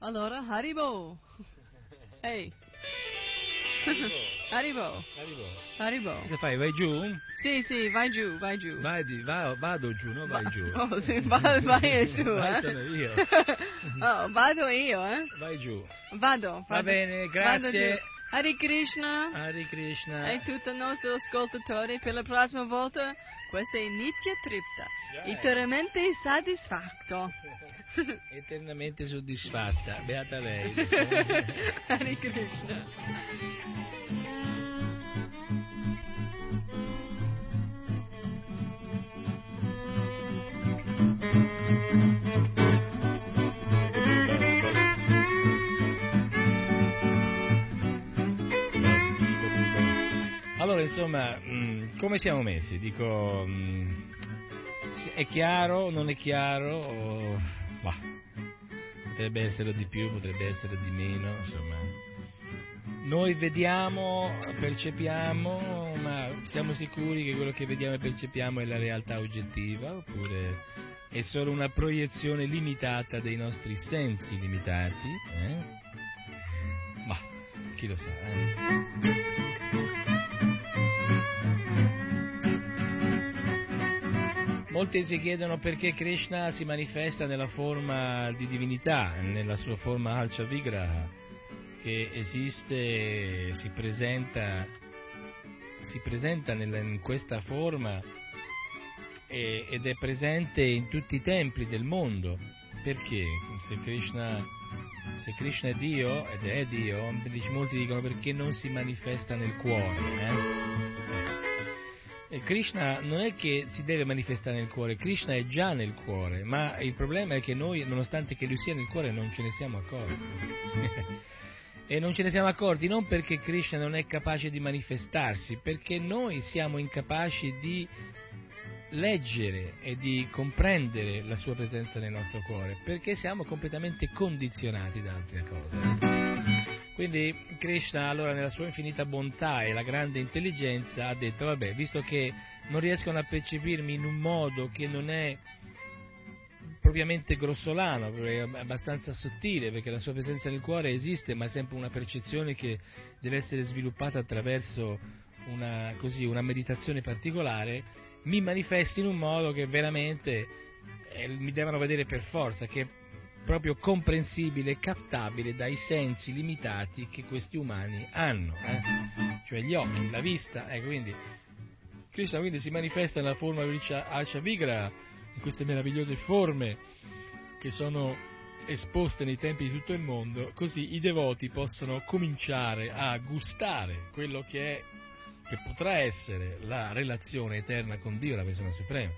Allora, Haribo. Ehi. Haribo. Cosa fai? Vai giù? Sì, vai giù. Vado giù, no? Vai giù. Oh, sì, vai tu, Vai, sono io. Oh, vado io, Vai giù. Vado. Va bene, grazie. Hare Krishna. Hare Krishna. E tutti i nostri ascoltatori, per la prossima volta, questa è Nitya Tripta, Già. eternamente soddisfatto. Eternamente soddisfatta, beata lei. Hare Krishna. Allora, insomma, come siamo messi? Dico, è chiaro, non è chiaro? Potrebbe essere di più, potrebbe essere di meno, insomma. Noi vediamo, percepiamo, ma siamo sicuri che quello che vediamo e percepiamo è la realtà oggettiva, oppure è solo una proiezione limitata dei nostri sensi limitati? Ma chi lo sa, Molti si chiedono perché Krishna si manifesta nella forma di divinità, nella sua forma Archa Vigraha, che esiste, si presenta in questa forma ed è presente in tutti i templi del mondo. Perché? Se Krishna è Dio, ed è Dio, molti dicono perché non si manifesta nel cuore, E Krishna non è che si deve manifestare nel cuore, Krishna è già nel cuore, ma il problema è che noi, nonostante che lui sia nel cuore, non ce ne siamo accorti. E non ce ne siamo accorti non perché Krishna non è capace di manifestarsi, perché noi siamo incapaci di leggere e di comprendere la sua presenza nel nostro cuore, perché siamo completamente condizionati da altre cose. Quindi Krishna, allora, nella sua infinita bontà e la grande intelligenza, ha detto, vabbè, visto che non riescono a percepirmi in un modo che non è propriamente grossolano, è abbastanza sottile, perché la sua presenza nel cuore esiste, ma è sempre una percezione che deve essere sviluppata attraverso una meditazione particolare, mi manifesti in un modo che veramente mi devono vedere per forza, che è proprio comprensibile e captabile dai sensi limitati che questi umani hanno, cioè gli occhi, la vista, quindi Krishna si manifesta nella forma Archa Vigraha, in queste meravigliose forme che sono esposte nei templi di tutto il mondo, così i devoti possono cominciare a gustare quello che potrà essere la relazione eterna con Dio, la persona suprema.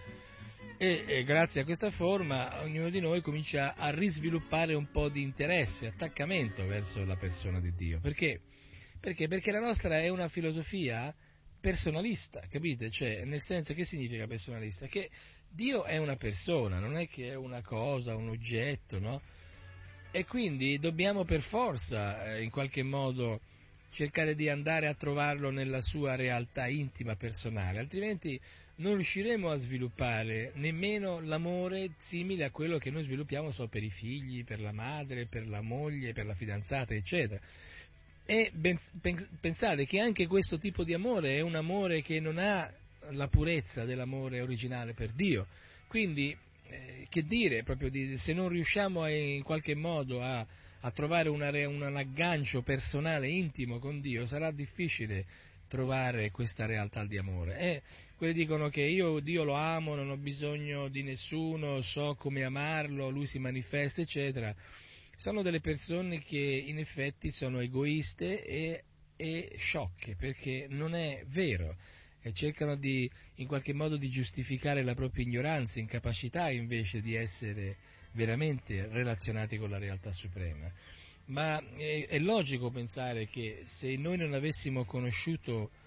E grazie a questa forma ognuno di noi comincia a risviluppare un po' di interesse, attaccamento verso la persona di Dio. Perché? Perché la nostra è una filosofia personalista, capite? Cioè, nel senso, che significa personalista? Che Dio è una persona, non è che è una cosa, un oggetto, no? E quindi dobbiamo per forza, in qualche modo, cercare di andare a trovarlo nella sua realtà intima, personale, altrimenti non riusciremo a sviluppare nemmeno l'amore simile a quello che noi sviluppiamo solo per i figli, per la madre, per la moglie, per la fidanzata, eccetera. E pensate che anche questo tipo di amore è un amore che non ha la purezza dell'amore originale per Dio. Quindi, che dire, proprio se non riusciamo in qualche modo a trovare un aggancio personale intimo con Dio, sarà difficile trovare questa realtà di amore. Quelli dicono che io Dio lo amo, non ho bisogno di nessuno, so come amarlo, lui si manifesta, eccetera. Sono delle persone che in effetti sono egoiste e sciocche, perché non è vero, e cercano in qualche modo di giustificare la propria ignoranza, incapacità invece di essere veramente relazionati con la realtà suprema. Ma è logico pensare che se noi non avessimo conosciuto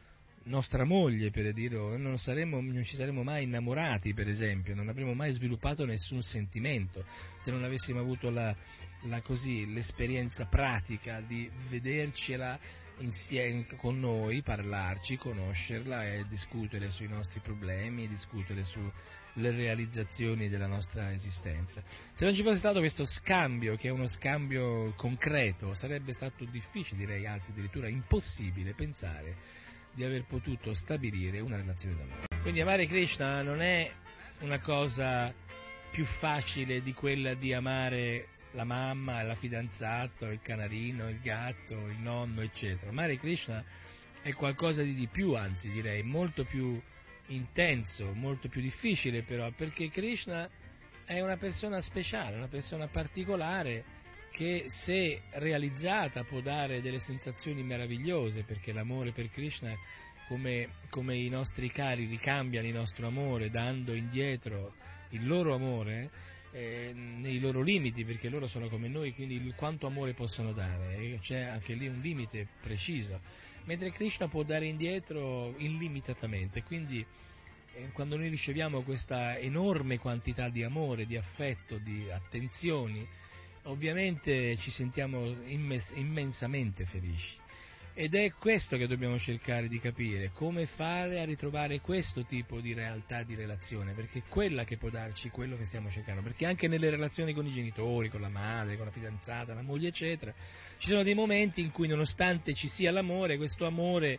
nostra moglie, per dire, non ci saremmo mai innamorati, per esempio, non avremmo mai sviluppato nessun sentimento se non avessimo avuto l'esperienza pratica di vedercela insieme con noi, parlarci, conoscerla e discutere sui nostri problemi, discutere sulle realizzazioni della nostra esistenza. Se non ci fosse stato questo scambio, che è uno scambio concreto, sarebbe stato difficile, direi, anzi addirittura impossibile pensare di aver potuto stabilire una relazione d'amore. Quindi amare Krishna non è una cosa più facile di quella di amare la mamma, la fidanzata, il canarino, il gatto, il nonno, eccetera. Amare Krishna è qualcosa di più, anzi direi molto più intenso, molto più difficile però, perché Krishna è una persona speciale, una persona particolare che, se realizzata, può dare delle sensazioni meravigliose, perché l'amore per Krishna, come i nostri cari ricambiano il nostro amore dando indietro il loro amore, nei loro limiti, perché loro sono come noi, quindi quanto amore possono dare, c'è anche lì un limite preciso, mentre Krishna può dare indietro illimitatamente, quindi quando noi riceviamo questa enorme quantità di amore, di affetto, di attenzioni, ovviamente ci sentiamo immensamente felici. Ed è questo che dobbiamo cercare di capire, come fare a ritrovare questo tipo di realtà di relazione, perché è quella che può darci quello che stiamo cercando, perché anche nelle relazioni con i genitori, con la madre, con la fidanzata, la moglie, eccetera, ci sono dei momenti in cui, nonostante ci sia l'amore, questo amore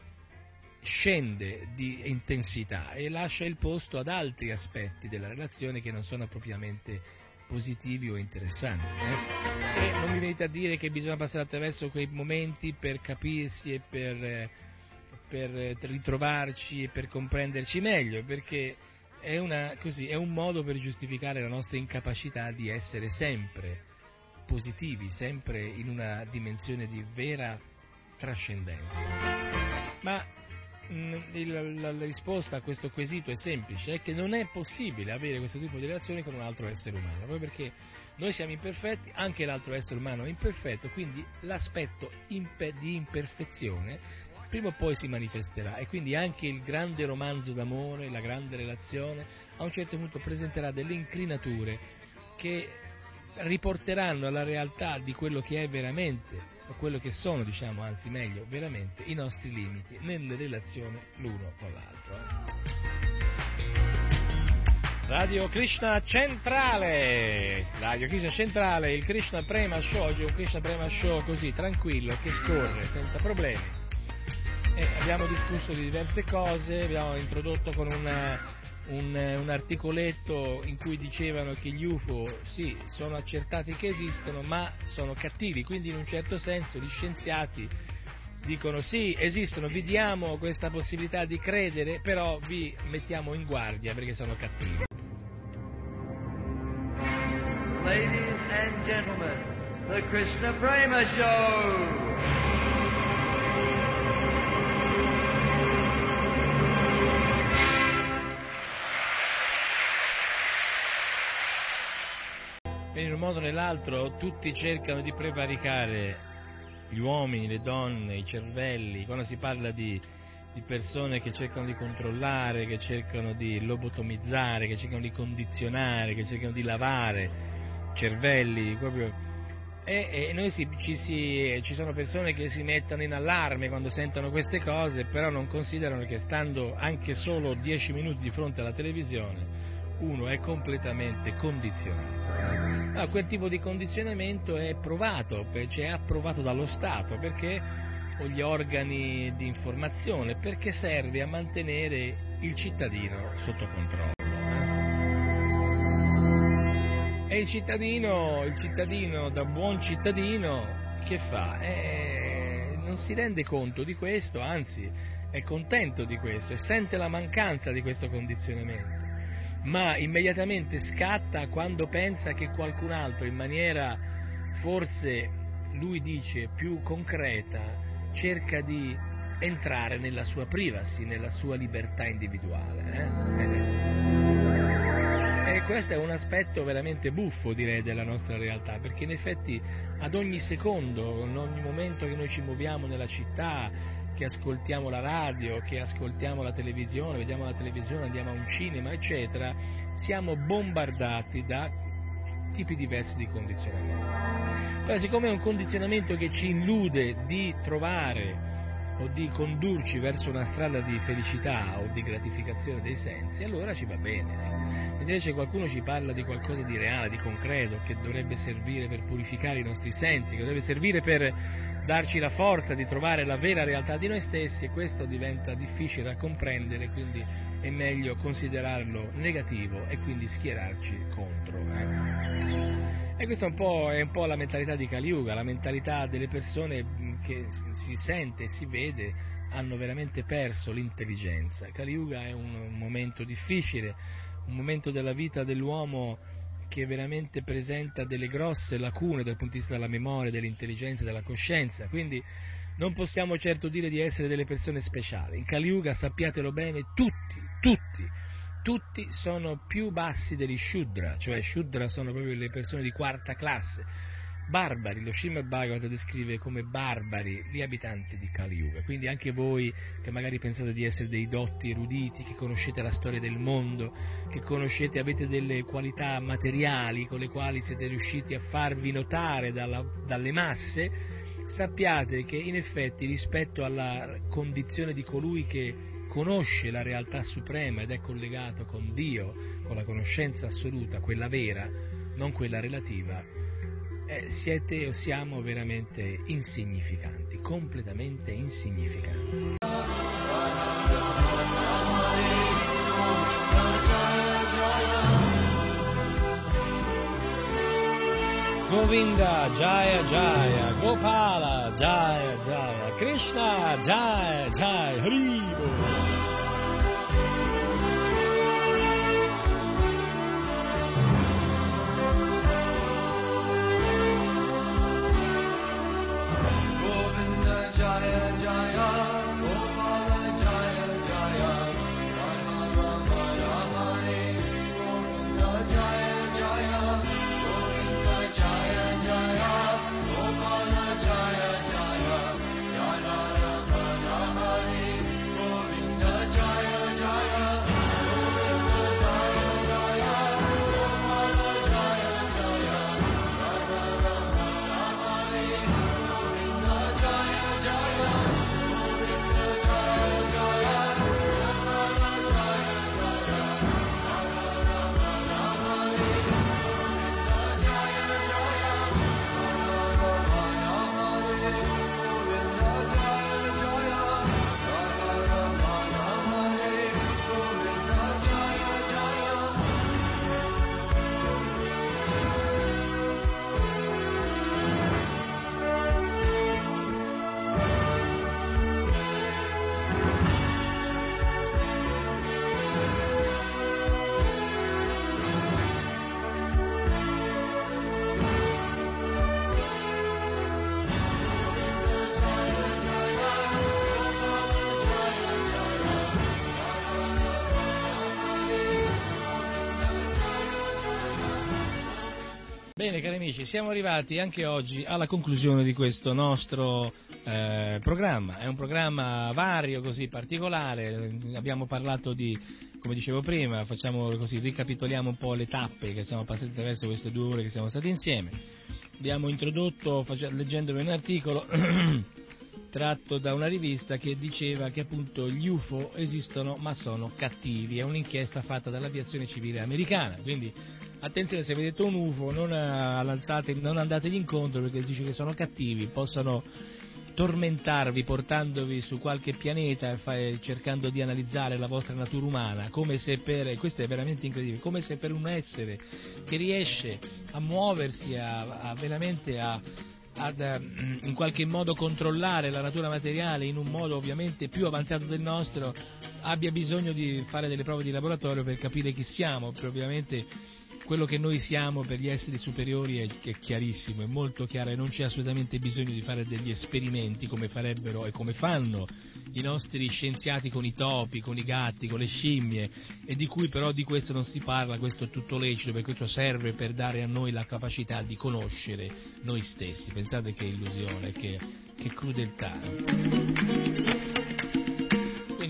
scende di intensità e lascia il posto ad altri aspetti della relazione che non sono propriamente positivi o interessanti. E non mi venite a dire che bisogna passare attraverso quei momenti per capirsi e per ritrovarci e per comprenderci meglio, perché è un modo per giustificare la nostra incapacità di essere sempre positivi, sempre in una dimensione di vera trascendenza. Ma la risposta a questo quesito è semplice, è che non è possibile avere questo tipo di relazione con un altro essere umano, proprio perché noi siamo imperfetti, anche l'altro essere umano è imperfetto, quindi l'aspetto di imperfezione prima o poi si manifesterà, e quindi anche il grande romanzo d'amore, la grande relazione, a un certo punto presenterà delle incrinature che riporteranno alla realtà di quello che è veramente, o quello che sono, diciamo, anzi meglio, veramente i nostri limiti nelle relazioni l'uno con l'altro. Radio Krishna Centrale, il Krishna Prema Show, oggi è un Krishna Prema Show così, tranquillo, che scorre, senza problemi. Abbiamo discusso di diverse cose, abbiamo introdotto con un articoletto in cui dicevano che gli UFO, sì, sono accertati che esistono, ma sono cattivi, quindi in un certo senso gli scienziati dicono sì, esistono, vi diamo questa possibilità di credere, però vi mettiamo in guardia perché sono cattivi. Ladies and gentlemen, the Krishna Prema Show! In un modo o nell'altro tutti cercano di prevaricare gli uomini, le donne, i cervelli, quando si parla di persone che cercano di controllare, che cercano di lobotomizzare, che cercano di condizionare, che cercano di lavare cervelli, proprio. E noi ci sono persone che si mettono in allarme quando sentono queste cose, però non considerano che, stando anche solo 10 minuti di fronte alla televisione, uno è completamente condizionato. Quel tipo di condizionamento è provato, cioè è approvato dallo Stato, perché, o gli organi di informazione, perché serve a mantenere il cittadino sotto controllo. E il cittadino da buon cittadino che fa? Non si rende conto di questo, anzi è contento di questo e sente la mancanza di questo condizionamento, ma immediatamente scatta quando pensa che qualcun altro, in maniera forse, lui dice, più concreta, cerca di entrare nella sua privacy, nella sua libertà individuale. E questo è un aspetto veramente buffo, direi, della nostra realtà, perché in effetti ad ogni secondo, in ogni momento che noi ci muoviamo nella città, che ascoltiamo la radio, che ascoltiamo la televisione, vediamo la televisione, andiamo a un cinema, eccetera, siamo bombardati da tipi diversi di condizionamento. Però siccome è un condizionamento che ci illude di trovare o di condurci verso una strada di felicità o di gratificazione dei sensi, allora ci va bene. Invece qualcuno ci parla di qualcosa di reale, di concreto, che dovrebbe servire per purificare i nostri sensi, che dovrebbe servire per darci la forza di trovare la vera realtà di noi stessi, e questo diventa difficile da comprendere, quindi è meglio considerarlo negativo e quindi schierarci contro. E questa è un po' la mentalità di Kali Yuga, la mentalità delle persone che si sente e si vede hanno veramente perso l'intelligenza. Kali Yuga è un momento difficile, un momento della vita dell'uomo che veramente presenta delle grosse lacune dal punto di vista della memoria, dell'intelligenza, della coscienza, quindi non possiamo certo dire di essere delle persone speciali. In Kali Yuga, sappiatelo bene, tutti sono più bassi degli Shudra, cioè Shudra sono proprio le persone di quarta classe, barbari. Lo Srimad Bhagavatam descrive come barbari gli abitanti di Kali Yuga, quindi anche voi che magari pensate di essere dei dotti eruditi, che conoscete la storia del mondo, che conoscete, avete delle qualità materiali con le quali siete riusciti a farvi notare dalle masse, sappiate che in effetti rispetto alla condizione di colui che conosce la realtà suprema ed è collegato con Dio, con la conoscenza assoluta, quella vera, non quella relativa, siete o siamo veramente insignificanti, completamente insignificanti. Govinda Jaya Jaya, Gopala Jaya Jaya, Krishna Jaya Jaya, Haribo. Bene, cari amici, siamo arrivati anche oggi alla conclusione di questo nostro programma. È un programma vario, così particolare. Abbiamo parlato di, come dicevo prima, ricapitoliamo un po' le tappe che siamo passati attraverso queste 2 ore che siamo stati insieme. Abbiamo introdotto leggendovi un articolo tratto da una rivista che diceva che appunto gli UFO esistono ma sono cattivi. È un'inchiesta fatta dall'aviazione civile americana, quindi attenzione, se vedete un UFO non andategli incontro, perché dice che sono cattivi, possono tormentarvi portandovi su qualche pianeta cercando di analizzare la vostra natura umana, come se questo è veramente incredibile, come se per un essere che riesce a muoversi, ad in qualche modo controllare la natura materiale in un modo ovviamente più avanzato del nostro, abbia bisogno di fare delle prove di laboratorio per capire chi siamo. Ovviamente quello che noi siamo per gli esseri superiori è chiarissimo, è molto chiaro, e non c'è assolutamente bisogno di fare degli esperimenti come farebbero e come fanno i nostri scienziati con i topi, con i gatti, con le scimmie, e di cui però di questo non si parla. Questo è tutto lecito, perché ciò serve per dare a noi la capacità di conoscere noi stessi. Pensate che illusione, che crudeltà.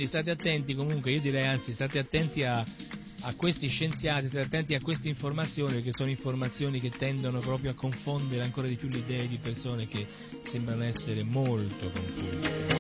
quindi state attenti comunque, io direi anzi state attenti a questi scienziati, state attenti a queste informazioni, perché sono informazioni che tendono proprio a confondere ancora di più le idee di persone che sembrano essere molto confuse.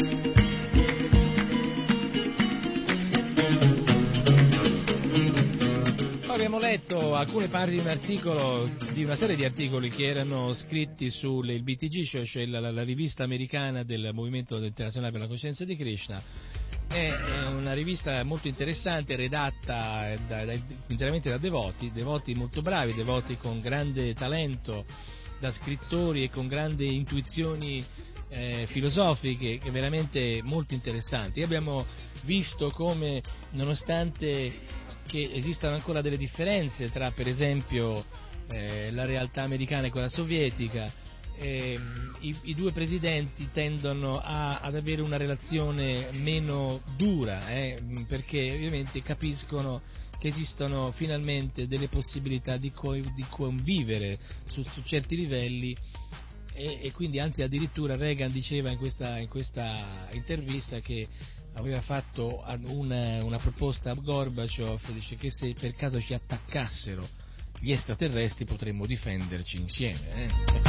Abbiamo letto alcune parti di un articolo, di una serie di articoli che erano scritti sul BTG, cioè la rivista americana del Movimento Internazionale per la Coscienza di Krishna. È una rivista molto interessante, redatta interamente da devoti molto bravi, devoti con grande talento, da scrittori e con grandi intuizioni filosofiche, veramente molto interessanti. Abbiamo visto come, nonostante che esistano ancora delle differenze tra, per esempio, la realtà americana e quella sovietica, i due presidenti tendono ad avere una relazione meno dura, perché ovviamente capiscono che esistono finalmente delle possibilità di convivere su certi livelli, e quindi anzi addirittura Reagan diceva in questa intervista che aveva fatto una proposta a Gorbaciov, dice che se per caso ci attaccassero gli extraterrestri potremmo difenderci insieme.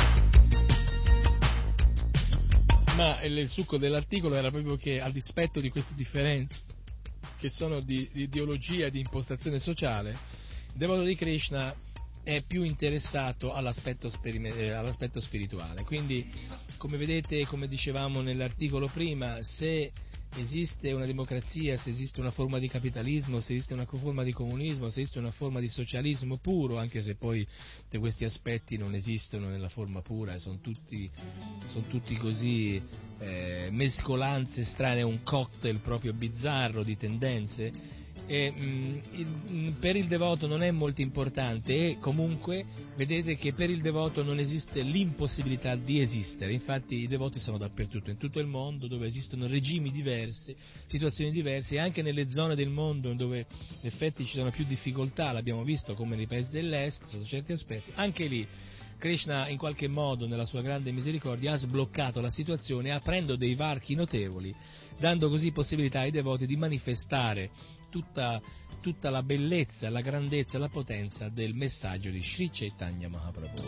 Ma il succo dell'articolo era proprio che, a dispetto di queste differenze che sono di ideologia, di impostazione sociale, il devoto di Krishna è più interessato all'aspetto spirituale. Quindi, come vedete, come dicevamo nell'articolo prima, se esiste una democrazia, se esiste una forma di capitalismo, se esiste una forma di comunismo, se esiste una forma di socialismo puro, anche se poi tutti questi aspetti non esistono nella forma pura, sono tutti così mescolanze strane, un cocktail proprio bizzarro di tendenze. Per il devoto non è molto importante, e comunque vedete che per il devoto non esiste l'impossibilità di esistere. Infatti i devoti sono dappertutto, in tutto il mondo, dove esistono regimi diversi, situazioni diverse, e anche nelle zone del mondo dove in effetti ci sono più difficoltà, l'abbiamo visto come nei paesi dell'est sotto certi aspetti, anche lì Krishna in qualche modo nella sua grande misericordia ha sbloccato la situazione aprendo dei varchi notevoli, dando così possibilità ai devoti di manifestare tutta la bellezza, la grandezza e la potenza del messaggio di Sri Chaitanya Mahaprabhu.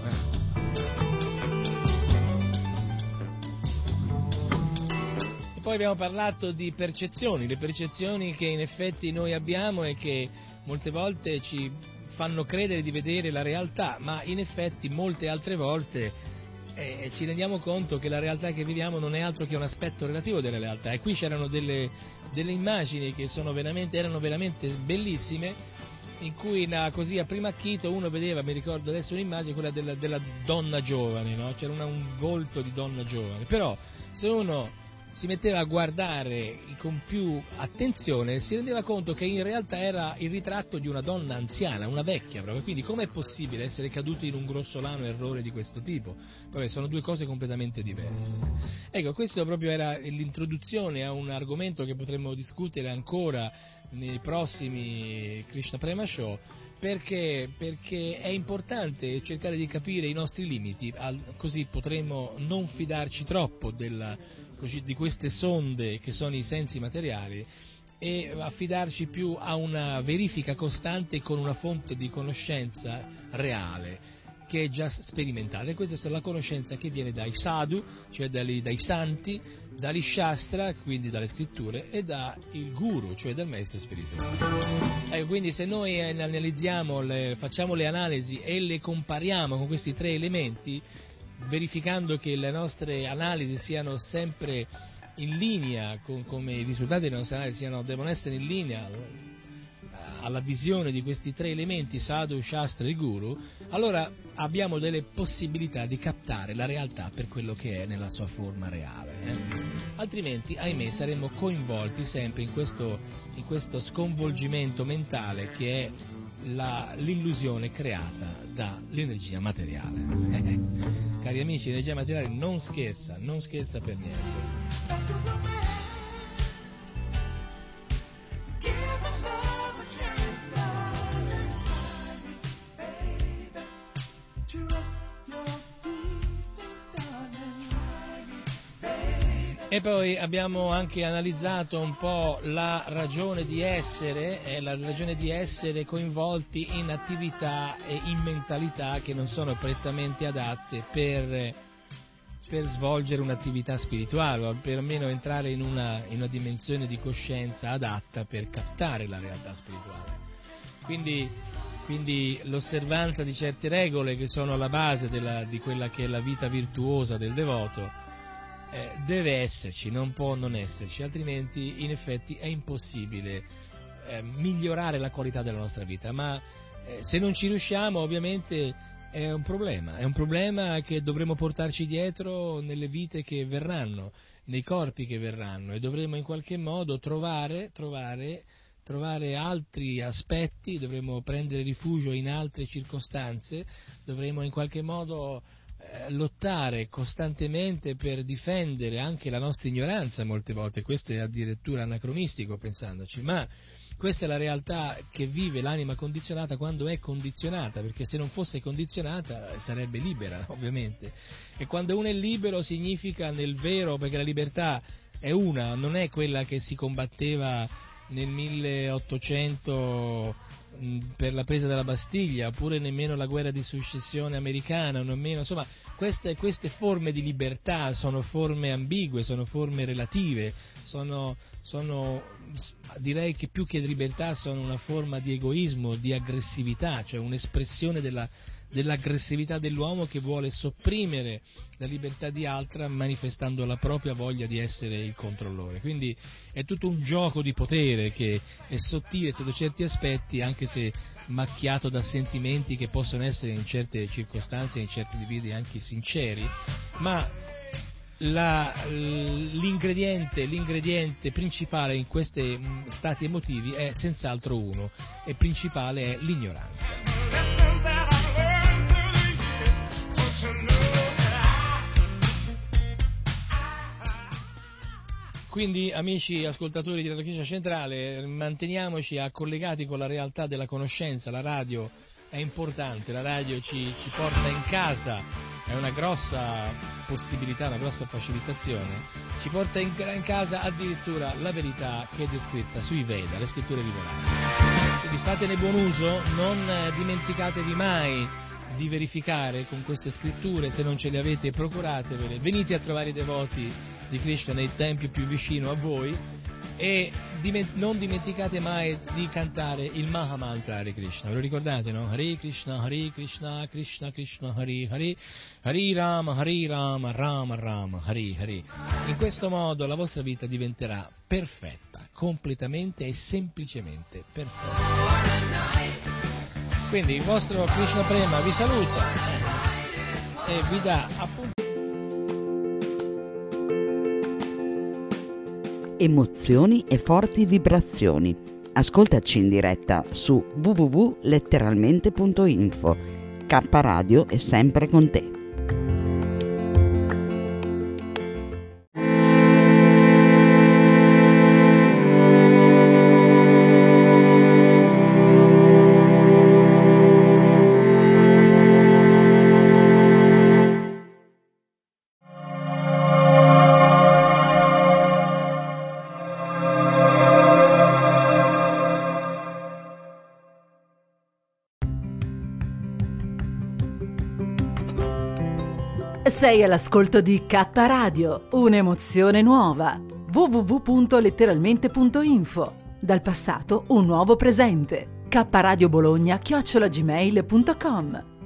E poi abbiamo parlato di percezioni, le percezioni che in effetti noi abbiamo e che molte volte ci fanno credere di vedere la realtà, ma in effetti molte altre volte ci rendiamo conto che la realtà che viviamo non è altro che un aspetto relativo della realtà. E qui c'erano delle immagini che erano veramente bellissime, in cui così a primo acchito uno vedeva, mi ricordo adesso un'immagine, quella della donna giovane, no? C'era un volto di donna giovane, però se uno si metteva a guardare con più attenzione si rendeva conto che in realtà era il ritratto di una donna anziana, una vecchia proprio. Quindi com'è possibile essere caduti in un grossolano errore di questo tipo? Poi sono due cose completamente diverse. Ecco, questo proprio era l'introduzione a un argomento che potremmo discutere ancora nei prossimi Krishna Prema Show, perché è importante cercare di capire i nostri limiti, così potremo non fidarci troppo di queste sonde che sono i sensi materiali, e affidarci più a una verifica costante con una fonte di conoscenza reale che è già sperimentata. E questa è la conoscenza che viene dai sadhu, cioè dai santi, dagli shastra, quindi dalle scritture, e dal guru, cioè dal maestro spirituale. Quindi se noi analizziamo, facciamo le analisi e le compariamo con questi tre elementi, verificando che le nostre analisi siano sempre in linea, come i risultati delle nostre analisi devono essere in linea alla visione di questi tre elementi, sadhu, shastra e guru, allora abbiamo delle possibilità di captare la realtà per quello che è nella sua forma reale. Altrimenti, ahimè, saremmo coinvolti sempre in questo sconvolgimento mentale che è l'illusione creata dall'energia materiale. Cari amici, l'energia materiale non scherza per niente. E poi abbiamo anche analizzato un po' la ragione di essere coinvolti in attività e in mentalità che non sono prettamente adatte per svolgere un'attività spirituale, o perlomeno entrare in una dimensione di coscienza adatta per captare la realtà spirituale. Quindi l'osservanza di certe regole che sono alla base di quella che è la vita virtuosa del devoto deve esserci, non può non esserci, altrimenti in effetti è impossibile migliorare la qualità della nostra vita, ma se non ci riusciamo ovviamente è un problema che dovremo portarci dietro nelle vite che verranno, nei corpi che verranno, e dovremo in qualche modo trovare altri aspetti, dovremo prendere rifugio in altre circostanze, dovremo in qualche modo lottare costantemente per difendere anche la nostra ignoranza molte volte. Questo è addirittura anacronistico pensandoci, ma questa è la realtà che vive l'anima condizionata quando è condizionata, perché se non fosse condizionata sarebbe libera, ovviamente. E quando uno è libero significa nel vero, perché la libertà è una, non è quella che si combatteva nel 1800 per la presa della Bastiglia, oppure nemmeno la guerra di successione americana, nemmeno, insomma, queste forme di libertà sono forme ambigue, sono forme relative, sono direi che più che di libertà sono una forma di egoismo, di aggressività, cioè un'espressione dell'aggressività dell'uomo che vuole sopprimere la libertà di altra manifestando la propria voglia di essere il controllore. Quindi è tutto un gioco di potere che è sottile sotto certi aspetti, anche se macchiato da sentimenti che possono essere in certe circostanze, in certi individui anche sinceri, ma l'ingrediente principale in questi stati emotivi è senz'altro uno, e principale è l'ignoranza. Quindi, amici ascoltatori di Radio Krishna Centrale, manteniamoci collegati con la realtà della conoscenza. La radio è importante, la radio ci porta in casa, è una grossa possibilità, una grossa facilitazione, ci porta in casa addirittura la verità che è descritta sui Veda, le scritture rivelate. Quindi fatene buon uso, non dimenticatevi mai di verificare con queste scritture, se non ce le avete procuratevele, venite a trovare i devoti di Krishna nei templi più vicino a voi, e non dimenticate mai di cantare il Mahamantra Hare Krishna. Ve lo ricordate, no? Hare Krishna, Krishna Krishna, Hare Hare, Hare Rama, Rama Rama, Hare Hare. In questo modo la vostra vita diventerà perfetta, completamente e semplicemente perfetta. Quindi il vostro Krishna Prema vi saluta e vi dà appunto emozioni e forti vibrazioni. Ascoltaci in diretta su www.letteralmente.info. K Radio è sempre con te. Sei all'ascolto di K Radio, un'emozione nuova. www.letteralmente.info. Dal passato un nuovo presente. kradiobologna@gmail.com.